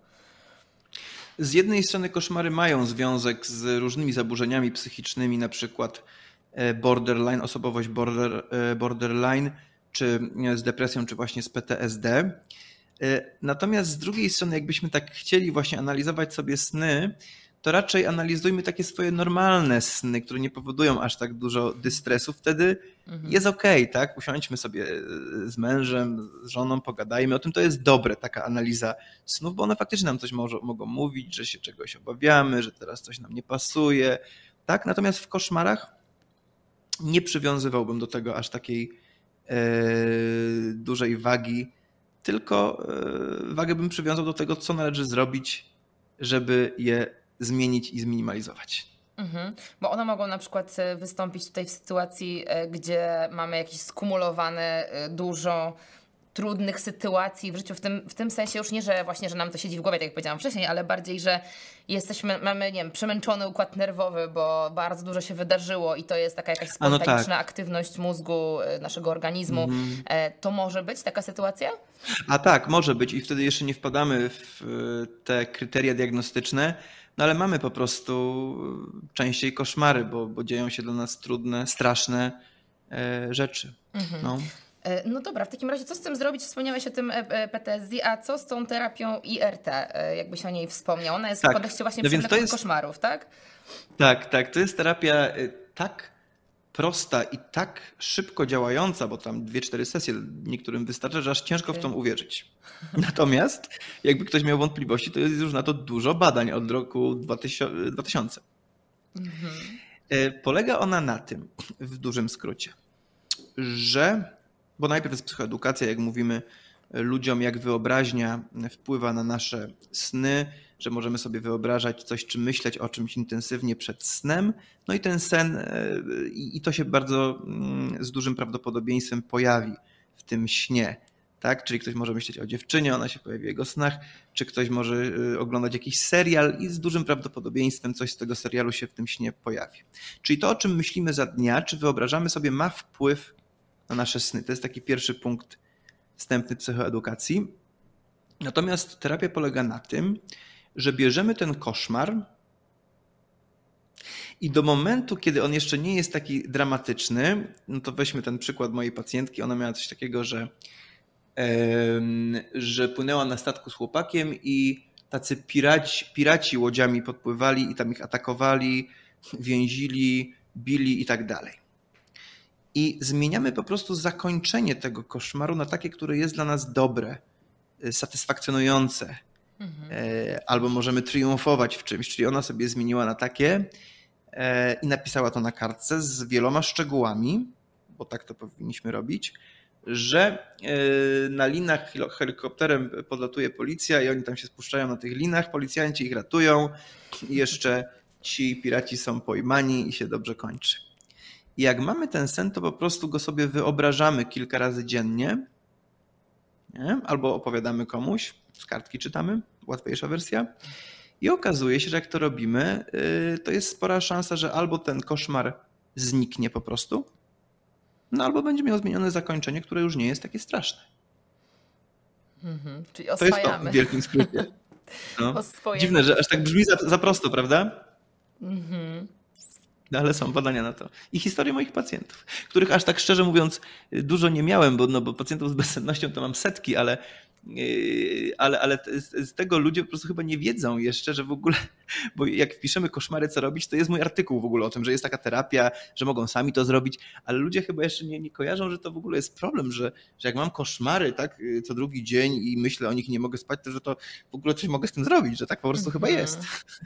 Z jednej strony koszmary mają związek z różnymi zaburzeniami psychicznymi, na przykład borderline, osobowość border, borderline, czy z depresją, czy właśnie z P T S D. Natomiast z drugiej strony, jakbyśmy tak chcieli właśnie analizować sobie sny, to raczej analizujmy takie swoje normalne sny, które nie powodują aż tak dużo dystresu. Wtedy mhm. jest okej, okay, tak? Usiądźmy sobie z mężem, z żoną, pogadajmy o tym. To jest dobre, taka analiza snów, bo one faktycznie nam coś może, mogą mówić, że się czegoś obawiamy, że teraz coś nam nie pasuje. Tak? Natomiast w koszmarach nie przywiązywałbym do tego aż takiej e, dużej wagi, tylko e, wagę bym przywiązał do tego, co należy zrobić, żeby je zmienić i zminimalizować. Mhm. Bo one mogą na przykład wystąpić tutaj w sytuacji, gdzie mamy jakieś skumulowane dużo trudnych sytuacji w życiu, w tym, w tym sensie już nie, że właśnie, że nam to siedzi w głowie, tak jak powiedziałam wcześniej, ale bardziej, że jesteśmy, mamy, nie wiem, przemęczony układ nerwowy, bo bardzo dużo się wydarzyło i to jest taka jakaś spontaniczna no tak. aktywność mózgu, naszego organizmu. Mm. To może być taka sytuacja? A tak, może być i wtedy jeszcze nie wpadamy w te kryteria diagnostyczne, no ale mamy po prostu częściej koszmary, bo, bo dzieją się dla nas trudne, straszne rzeczy. Mhm. No. No dobra, w takim razie co z tym zrobić? Wspomniałeś o tym P T S D, a co z tą terapią I R T, jakbyś o niej wspomniał? Ona jest tak. w kontekście właśnie no przewlekłych jest... koszmarów, tak? Tak, tak. To jest terapia tak prosta i tak szybko działająca, bo tam dwie, cztery sesje niektórym wystarcza, że aż ciężko okay. w to uwierzyć. Natomiast jakby ktoś miał wątpliwości, to jest już na to dużo badań od roku dwa tysiące. Mhm. Polega ona na tym, w dużym skrócie, że, bo najpierw jest psychoedukacja, jak mówimy ludziom, jak wyobraźnia wpływa na nasze sny, że możemy sobie wyobrażać coś, czy myśleć o czymś intensywnie przed snem. No i ten sen, i to się bardzo z dużym prawdopodobieństwem pojawi w tym śnie. Tak? Czyli ktoś może myśleć o dziewczynie, ona się pojawi w jego snach, czy ktoś może oglądać jakiś serial i z dużym prawdopodobieństwem coś z tego serialu się w tym śnie pojawi. Czyli to, o czym myślimy za dnia, czy wyobrażamy sobie, ma wpływ na nasze sny. To jest taki pierwszy punkt wstępny psychoedukacji. Natomiast terapia polega na tym, że bierzemy ten koszmar i do momentu, kiedy on jeszcze nie jest taki dramatyczny, no to weźmy ten przykład mojej pacjentki, ona miała coś takiego, że, yy, że płynęła na statku z chłopakiem i tacy piraci, piraci łodziami podpływali i tam ich atakowali, więzili, bili i tak dalej. I zmieniamy po prostu zakończenie tego koszmaru na takie, które jest dla nas dobre, satysfakcjonujące. Mhm. Albo możemy triumfować w czymś. Czyli ona sobie zmieniła na takie i napisała to na kartce z wieloma szczegółami, bo tak to powinniśmy robić, że na linach helikopterem podlatuje policja i oni tam się spuszczają na tych linach, policjanci ich ratują i jeszcze ci piraci są pojmani i się dobrze kończy. I jak mamy ten sen, to po prostu go sobie wyobrażamy kilka razy dziennie, nie? Albo opowiadamy komuś, z kartki czytamy, łatwiejsza wersja. I okazuje się, że jak to robimy, to jest spora szansa, że albo ten koszmar zniknie po prostu, no albo będzie miał zmienione zakończenie, które już nie jest takie straszne. Mhm, czyli oswajamy. To jest to w wielkim skrócie. No. Dziwne, że aż tak brzmi za, za prosto, prawda? Mhm. No ale są badania na to. I historie moich pacjentów, których aż tak szczerze mówiąc dużo nie miałem, bo, no, bo pacjentów z bezsennością to mam setki, ale, ale, ale z tego ludzie po prostu chyba nie wiedzą jeszcze, że w ogóle, bo jak wpiszemy koszmary co robić, to jest mój artykuł w ogóle o tym, że jest taka terapia, że mogą sami to zrobić, ale ludzie chyba jeszcze nie, nie kojarzą, że to w ogóle jest problem, że, że jak mam koszmary tak co drugi dzień i myślę o nich i nie mogę spać, to że to w ogóle coś mogę z tym zrobić, że tak po prostu chyba jest.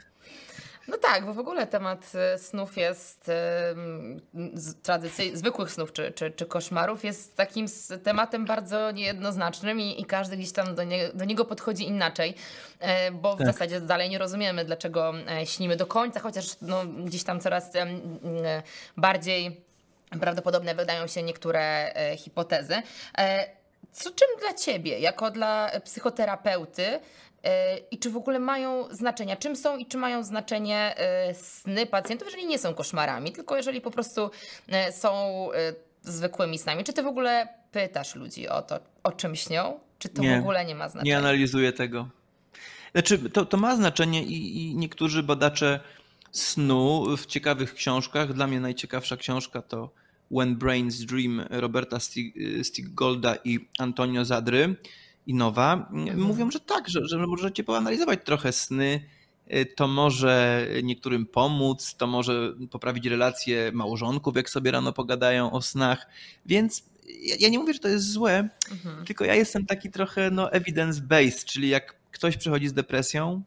No tak, bo w ogóle temat snów jest tradycyjnych, zwykłych snów czy, czy, czy koszmarów jest takim tematem bardzo niejednoznacznym i, i każdy gdzieś tam do, nie, do niego podchodzi inaczej, bo w tak. zasadzie dalej nie rozumiemy, dlaczego śnimy do końca, chociaż no, gdzieś tam coraz bardziej prawdopodobne wydają się niektóre hipotezy. Co czym dla ciebie, jako dla psychoterapeuty, i czy w ogóle mają znaczenia? Czym są i czy mają znaczenie sny pacjentów, jeżeli nie są koszmarami, tylko jeżeli po prostu są zwykłymi snami? Czy ty w ogóle pytasz ludzi o to, o czym śnią? Czy to nie, w ogóle nie ma znaczenia? Nie analizuję tego. Znaczy, to, to ma znaczenie i, i niektórzy badacze snu w ciekawych książkach, dla mnie najciekawsza książka to When Brains Dream Roberta Stigolda i Antonio Zadry i Nowa, mhm. mówią, że tak, że, że możecie poanalizować trochę sny, to może niektórym pomóc, to może poprawić relacje małżonków, jak sobie rano pogadają o snach, więc ja, ja nie mówię, że to jest złe, mhm. tylko ja jestem taki trochę no, evidence-based, czyli jak ktoś przychodzi z depresją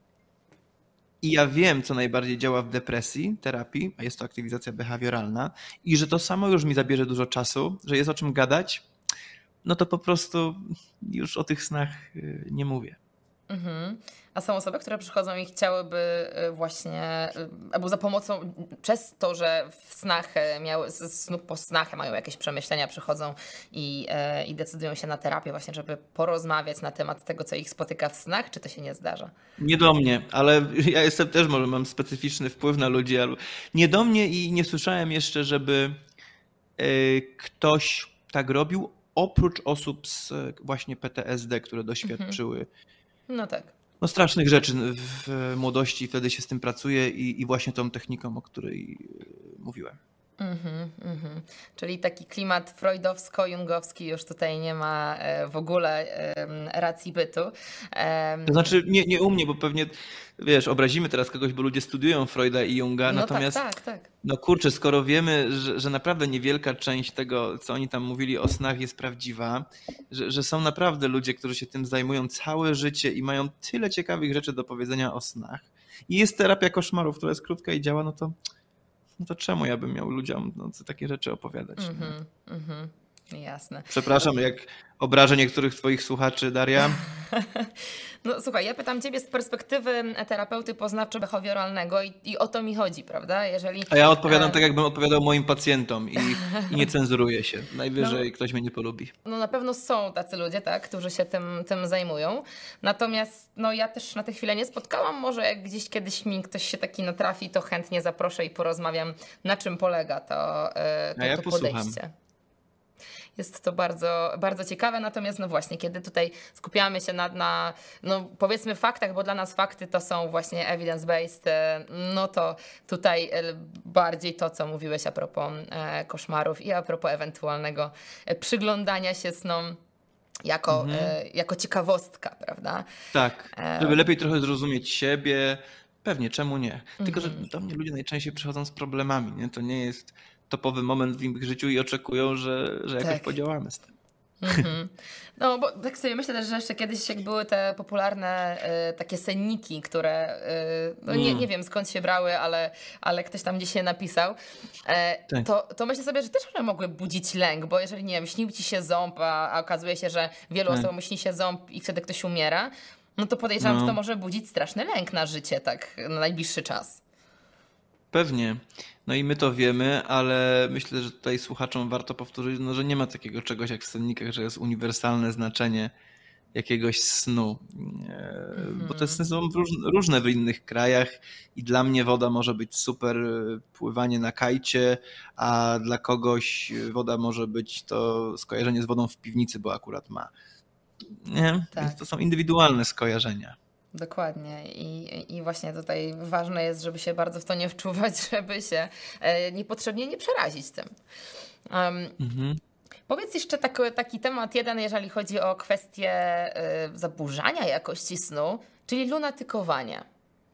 i ja wiem, co najbardziej działa w depresji, terapii, a jest to aktywizacja behawioralna i że to samo już mi zabierze dużo czasu, że jest o czym gadać, no to po prostu już o tych snach nie mówię. Mhm. A są osoby, które przychodzą i chciałyby właśnie, albo za pomocą, przez to, że w snach miały, z snów po snach mają jakieś przemyślenia, przychodzą i, i decydują się na terapię właśnie, żeby porozmawiać na temat tego, co ich spotyka w snach, czy to się nie zdarza? Nie do mnie, ale ja jestem też, może mam specyficzny wpływ na ludzi, albo nie do mnie i nie słyszałem jeszcze, żeby ktoś tak robił, oprócz osób z właśnie P T S D, które doświadczyły mhm. no tak. no, strasznych rzeczy w młodości, wtedy się z tym pracuje i, i właśnie tą techniką, o której mówiłem. Mm-hmm, mm-hmm. Czyli taki klimat freudowsko-jungowski już tutaj nie ma w ogóle racji bytu. To znaczy nie, nie u mnie, bo pewnie wiesz, obrazimy teraz kogoś, bo ludzie studiują Freuda i Junga, no natomiast tak, tak, tak. no kurczę, skoro wiemy, że, że naprawdę niewielka część tego, co oni tam mówili o snach jest prawdziwa, że, że są naprawdę ludzie, którzy się tym zajmują całe życie i mają tyle ciekawych rzeczy do powiedzenia o snach i jest terapia koszmarów, która jest krótka i działa, no to no to czemu ja bym miał ludziom no, takie rzeczy opowiadać? Mm-hmm, mm-hmm. Jasne. Przepraszam, jak obrażę niektórych twoich słuchaczy, Daria. No słuchaj, ja pytam ciebie z perspektywy terapeuty poznawczo-behawioralnego i, i o to mi chodzi, prawda? Jeżeli, A ja odpowiadam e... tak, jakbym odpowiadał moim pacjentom i, i nie cenzuruję się. Najwyżej no, ktoś mnie nie polubi. No na pewno są tacy ludzie, tak, którzy się tym, tym zajmują. Natomiast no ja też na tę chwilę nie spotkałam. Może jak gdzieś kiedyś mi ktoś się taki natrafi, to chętnie zaproszę i porozmawiam, na czym polega to, to, A ja to posłucham. podejście. Jest to bardzo, bardzo ciekawe, natomiast no właśnie, kiedy tutaj skupiamy się na, na no powiedzmy faktach, bo dla nas fakty to są właśnie evidence-based, no to tutaj bardziej to, co mówiłeś a propos koszmarów i a propos ewentualnego przyglądania się snom jako, mhm. jako ciekawostka, prawda? Tak, żeby lepiej trochę zrozumieć siebie, Pewnie, czemu nie? Tylko, że Mhm. do mnie ludzie najczęściej przychodzą z problemami, nie? To nie jest topowy moment w ich życiu i oczekują, że, że jakoś Tak. podziałamy z tym. Mhm. No bo tak sobie myślę też, że jeszcze kiedyś jak były te popularne y, takie senniki, które y, no nie, Mm, nie wiem skąd się brały, ale, ale ktoś tam gdzieś je napisał, e, tak, to, to myślę sobie, że też one mogły budzić lęk, bo jeżeli nie wiem, śnił ci się ząb, a, a okazuje się, że wielu tak. osobom śni się ząb i wtedy ktoś umiera, no to podejrzewam, że to No, może budzić straszny lęk na życie, tak na najbliższy czas. pewnie. No i my to wiemy, ale myślę, że tutaj słuchaczom warto powtórzyć, no, że nie ma takiego czegoś jak w sennikach, że jest uniwersalne znaczenie jakiegoś snu. E, Bo te Mhm. sny są róż- różne w innych krajach i dla mnie woda może być super e, pływanie na kajcie, a dla kogoś woda może być to skojarzenie z wodą w piwnicy, bo akurat ma. Nie? Więc to Tak. są indywidualne skojarzenia. Dokładnie. I, I właśnie tutaj ważne jest, żeby się bardzo w to nie wczuwać, żeby się e, niepotrzebnie nie przerazić tym. Em, Mhm. Powiedz jeszcze tak, taki temat jeden, jeżeli chodzi o kwestię e, zaburzania jakości snu, czyli lunatykowania.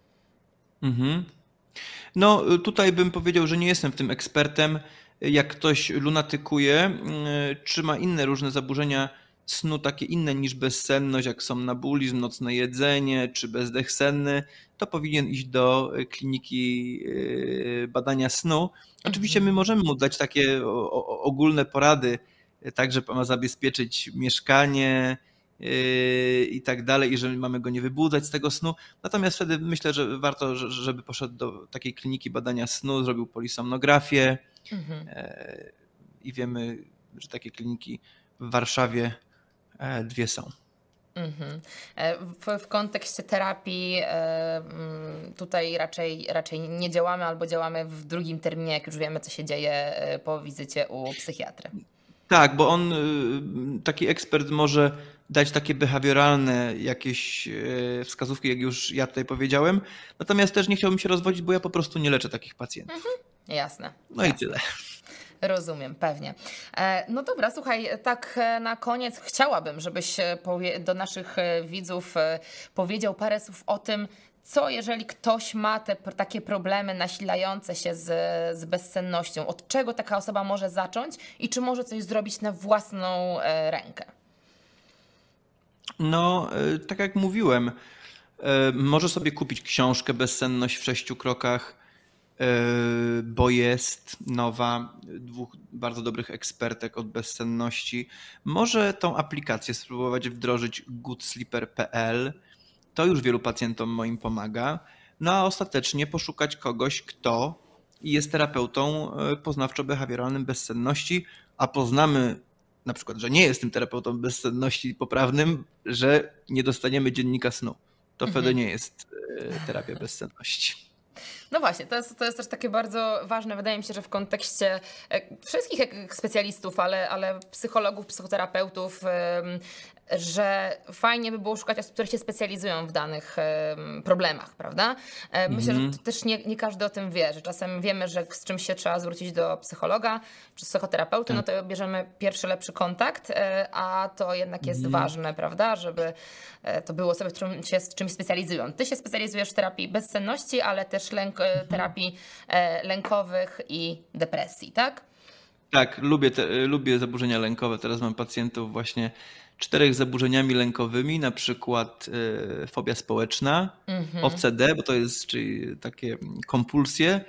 Mhm. No, y, tutaj bym powiedział, że nie jestem w tym ekspertem. Jak ktoś lunatykuje, y, czy ma inne różne zaburzenia snu, takie inne niż bezsenność, jak somnambulizm, nocne jedzenie, czy bezdech senny, to powinien iść do y, kliniki y, badania snu. Oczywiście my Mhm. możemy mu dać takie o- o- ogólne porady, y, tak, że ma zabezpieczyć mieszkanie, yy, i tak dalej, i że mamy go nie wybudzać z tego snu. Natomiast wtedy myślę, że warto, że- żeby poszedł do takiej kliniki badania snu, zrobił polisomnografię Mhm. e, i wiemy, że takie kliniki w Warszawie e, dwie są. Mhm. E, W, w kontekście terapii e, mm, tutaj raczej, raczej nie działamy albo działamy w drugim terminie, jak już wiemy, co się dzieje e, po wizycie u psychiatry. Tak, bo on, y, taki ekspert może dać takie behawioralne jakieś e, wskazówki, jak już ja tutaj powiedziałem. Natomiast też nie chciałbym się rozwodzić, bo ja po prostu nie leczę takich pacjentów. Jasne, No i jasne. tyle. Rozumiem, pewnie. E, No dobra, słuchaj, tak e, na koniec chciałabym, żebyś e, powie- do naszych e, widzów e, powiedział parę słów o tym, co jeżeli ktoś ma te p- takie problemy nasilające się z, z bezsennością, od czego taka osoba może zacząć i czy może coś zrobić na własną e, rękę. No, e, tak jak mówiłem, e, może sobie kupić książkę Bezsenność w sześciu krokach, e, bo jest nowa, dwóch bardzo dobrych ekspertek od bezsenności. Może tą aplikację spróbować wdrożyć good sleeper kropka p l. To już wielu pacjentom moim pomaga. No a ostatecznie poszukać kogoś, kto jest terapeutą e, poznawczo-behawioralnym bezsenności, a poznamy na przykład, że nie jest tym terapeutą bezsenności poprawnym, że nie dostaniemy dziennika snu. To wtedy Mhm. nie jest e, terapia bezsenności. No właśnie, to jest, to jest też takie bardzo ważne, wydaje mi się, że w kontekście e, wszystkich jak- specjalistów, ale, ale psychologów, psychoterapeutów, em, że fajnie by było szukać osób, które się specjalizują w danych em, problemach, prawda? E, Myślę, że to Mhm, też nie, nie każdy o tym wie, że czasem wiemy, że z czymś się trzeba zwrócić do psychologa czy psychoterapeuty, no tak. to bierzemy pierwszy lepszy kontakt, e, a to jednak jest Mhm, ważne, prawda, żeby e, to były osoby, które się z czymś specjalizują. Ty się specjalizujesz w terapii bezsenności, ale też lęk, e, mhm. terapii e, lękowych i depresji, tak? Tak, lubię, te, lubię zaburzenia lękowe. Teraz mam pacjentów właśnie czterech zaburzeniami lękowymi, na przykład e, fobia społeczna, Mhm. O C D, bo to jest czyli takie kompulsje,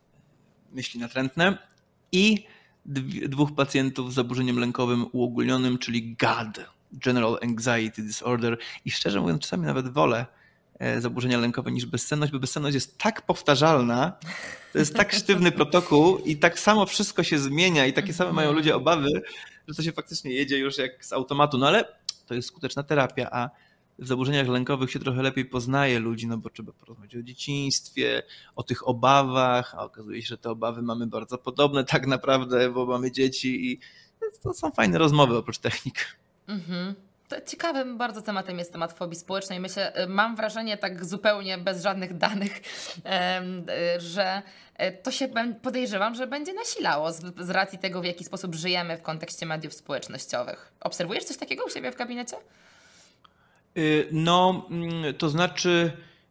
myśli natrętne i dw- dwóch pacjentów z zaburzeniem lękowym uogólnionym, czyli G A D, General Anxiety Disorder. I szczerze mówiąc, czasami nawet wolę e, zaburzenia lękowe niż bezsenność, bo bezsenność jest tak powtarzalna, to jest tak sztywny protokół i tak samo wszystko się zmienia i takie same mają ludzie Mhm. obawy, że to się faktycznie jedzie już jak z automatu. No ale to jest skuteczna terapia, a w zaburzeniach lękowych się trochę lepiej poznaje ludzi, no bo trzeba porozmawiać o dzieciństwie, o tych obawach, a okazuje się, że te obawy mamy bardzo podobne tak naprawdę, bo mamy dzieci i to są fajne rozmowy oprócz technik. Mhm. To ciekawym bardzo tematem jest temat fobii społecznej. Myślę, y, mam wrażenie tak zupełnie bez żadnych danych, em, y, że y, to się bę- podejrzewam, że będzie nasilało z, z racji tego, w jaki sposób żyjemy w kontekście mediów społecznościowych. Obserwujesz coś takiego u siebie w gabinecie? Y, No, mm, to znaczy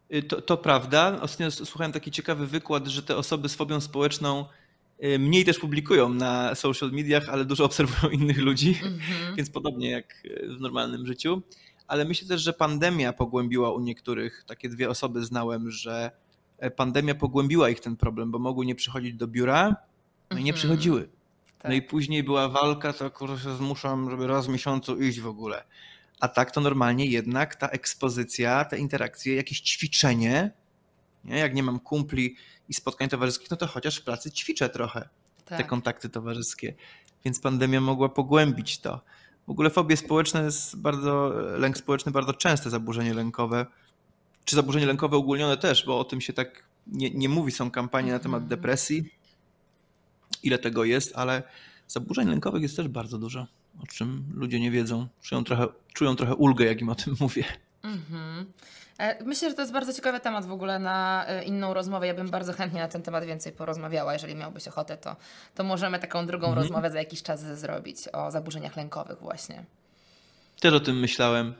To, to prawda. Ostatnio słuchałem taki ciekawy wykład, że te osoby z fobią społeczną mniej też publikują na social mediach, ale dużo obserwują innych ludzi, mm-hmm. więc podobnie jak w normalnym życiu. Ale myślę też, że pandemia pogłębiła u niektórych, takie dwie osoby znałem, że pandemia pogłębiła ich ten problem, bo mogły nie przychodzić do biura, no i nie przychodziły. Tak. No i później była walka, to kurczę się zmuszam, żeby raz w miesiącu iść w ogóle. A tak to normalnie jednak ta ekspozycja, te interakcje, jakieś ćwiczenie, nie? Jak nie mam kumpli i spotkań towarzyskich, no to chociaż w pracy ćwiczę trochę tak. te kontakty towarzyskie. Więc pandemia mogła pogłębić to. W ogóle fobie społeczne jest bardzo, lęk społeczny bardzo częste zaburzenie lękowe, czy zaburzenie lękowe ogólnione też, bo o tym się tak nie, nie mówi, są kampanie na temat depresji, ile tego jest, ale zaburzeń lękowych jest też bardzo dużo, o czym ludzie nie wiedzą, czują trochę, czują trochę ulgę, jak im o tym mówię. Mhm. Myślę, że to jest bardzo ciekawy temat w ogóle na inną rozmowę. Ja bym bardzo chętnie na ten temat więcej porozmawiała. Jeżeli miałbyś ochotę, to, to możemy taką drugą mhm. rozmowę za jakiś czas zrobić o zaburzeniach lękowych właśnie. Też o tym myślałem.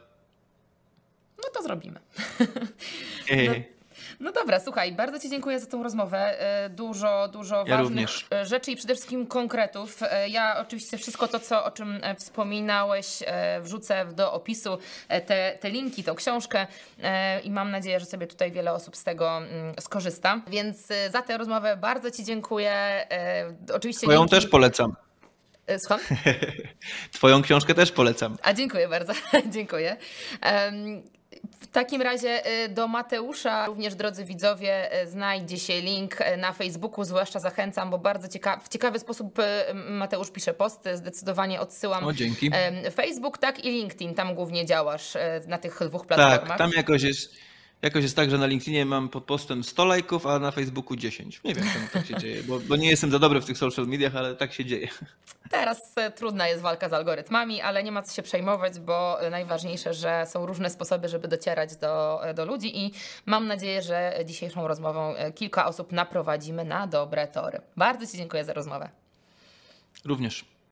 No to zrobimy. Ej. No, no dobra, słuchaj, bardzo Ci dziękuję za tą rozmowę. Dużo, dużo ja ważnych również. rzeczy i przede wszystkim konkretów. Ja oczywiście wszystko to, co, o czym wspominałeś, wrzucę do opisu, te, te linki, tą książkę i mam nadzieję, że sobie tutaj wiele osób z tego skorzysta. Więc za tę rozmowę bardzo Ci dziękuję. Oczywiście Twoją linki... też polecam. Słucham? Twoją książkę też polecam. A dziękuję bardzo, dziękuję. Um, W takim razie do Mateusza również, drodzy widzowie, znajdzie się link na Facebooku, zwłaszcza zachęcam, bo bardzo cieka- w ciekawy sposób Mateusz pisze posty, zdecydowanie odsyłam. O, dzięki. Facebook, tak, i LinkedIn, tam głównie działasz na tych dwóch platformach. Tak, tam jakoś jest, jakoś jest tak, że na LinkedInie mam pod postem sto lajków, a na Facebooku dziesięć. Nie wiem, czemu tak się dzieje, bo, bo nie jestem za dobry w tych social mediach, ale tak się dzieje. Teraz trudna jest walka z algorytmami, ale nie ma co się przejmować, bo najważniejsze, że są różne sposoby, żeby docierać do, do ludzi i mam nadzieję, że dzisiejszą rozmową kilka osób naprowadzimy na dobre tory. Bardzo Ci dziękuję za rozmowę. Również.